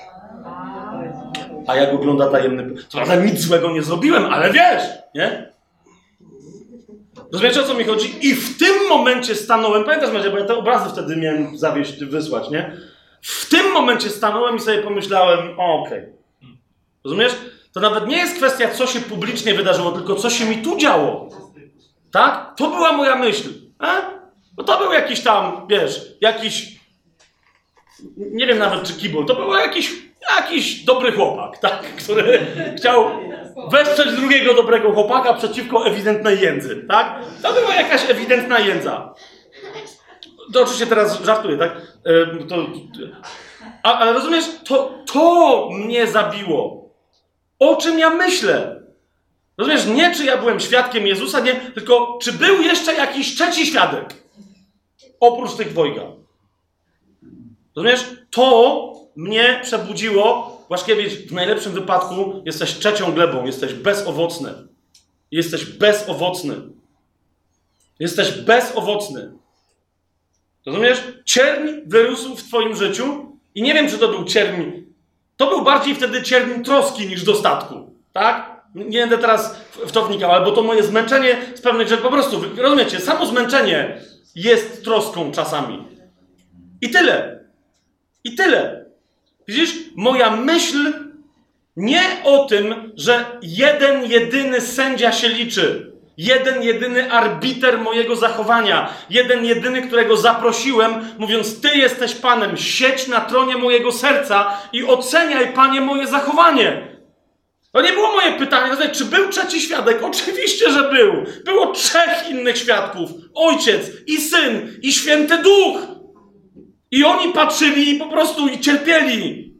A jak ogląda tajemny... Co prawda nic złego nie zrobiłem, ale wiesz, nie? Rozumiecie, o co mi chodzi? I w tym momencie stanąłem, pamiętasz, Macie, bo ja te obrazy wtedy miałem zawieść, wysłać, nie? W tym momencie stanąłem i sobie pomyślałem, okej. Okay. Rozumiesz? To nawet nie jest kwestia, co się publicznie wydarzyło, tylko co się mi tu działo. Tak? To była moja myśl. A? No to był jakiś tam, wiesz, jakiś, nie wiem nawet czy kibol, to był jakiś, jakiś dobry chłopak, tak? Który chciał wesprzeć drugiego dobrego chłopaka przeciwko ewidentnej jędzy, tak? To była jakaś ewidentna jędza. To oczywiście teraz żartuję, tak? Yy, to, a, ale rozumiesz, to, to mnie zabiło. O czym ja myślę? Rozumiesz, nie czy ja byłem świadkiem Jezusa, nie, tylko czy był jeszcze jakiś trzeci świadek oprócz tych dwojga. Rozumiesz? To mnie przebudziło. Błaszkiewicz, w najlepszym wypadku jesteś trzecią glebą, jesteś bezowocny. Jesteś bezowocny. Jesteś bezowocny. Rozumiesz? Cierń wyrósł w twoim życiu i nie wiem, czy to był cierń. To był bardziej wtedy cierń troski niż dostatku. Tak? Nie będę teraz w to wnikał, ale bo to moje zmęczenie z pewnych rzeczy po prostu, rozumiecie, samo zmęczenie jest troską czasami. I tyle. I tyle. Widzisz? Moja myśl nie o tym, że jeden, jedyny sędzia się liczy. Jeden, jedyny arbiter mojego zachowania. Jeden, jedyny, którego zaprosiłem, mówiąc, ty jesteś Panem, siedź na tronie mojego serca i oceniaj, Panie, moje zachowanie. To nie było moje pytanie, czy był trzeci świadek? Oczywiście, że był. Było trzech innych świadków. Ojciec i Syn i Święty Duch. I oni patrzyli i po prostu i cierpieli.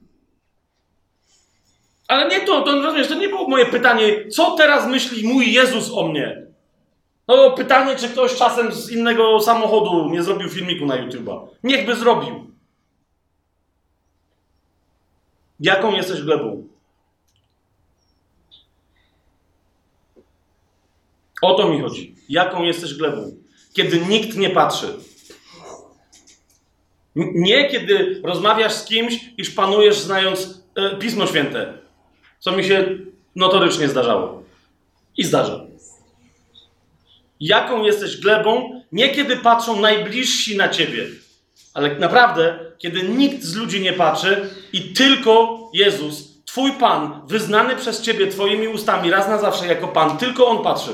Ale nie to, to, rozumiesz, to nie było moje pytanie, co teraz myśli mój Jezus o mnie? No pytanie, czy ktoś czasem z innego samochodu nie zrobił filmiku na YouTube'a. Niechby zrobił. Jaką jesteś glebą? O to mi chodzi. Jaką jesteś glebą? Kiedy nikt nie patrzy. N- Nie kiedy rozmawiasz z kimś i szpanujesz znając e, Pismo Święte. Co mi się notorycznie zdarzało. I zdarza. Jaką jesteś glebą? Nie kiedy patrzą najbliżsi na ciebie. Ale naprawdę, kiedy nikt z ludzi nie patrzy i tylko Jezus, Twój Pan, wyznany przez Ciebie Twoimi ustami raz na zawsze jako Pan, tylko On patrzy.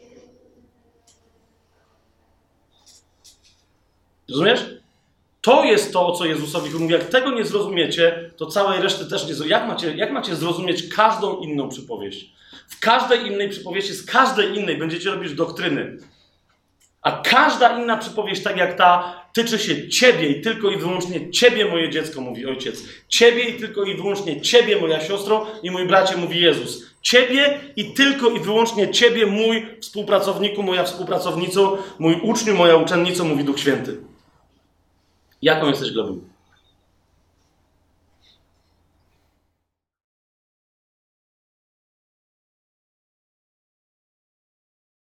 Rozumiesz? To jest to, o co Jezusowi mówi. Jak tego nie zrozumiecie, to całej reszty też nie zrozumiecie. Jak macie, jak macie zrozumieć każdą inną przypowieść? W każdej innej przypowieści, z każdej innej będziecie robić doktryny. A każda inna przypowieść, tak jak ta, tyczy się Ciebie i tylko i wyłącznie Ciebie, moje dziecko, mówi Ojciec. Ciebie i tylko i wyłącznie Ciebie, moja siostro i mój bracie, mówi Jezus. Ciebie i tylko i wyłącznie Ciebie, mój współpracowniku, moja współpracownico, mój uczniu, moja uczennico, mówi Duch Święty. Jaką jesteś glebą?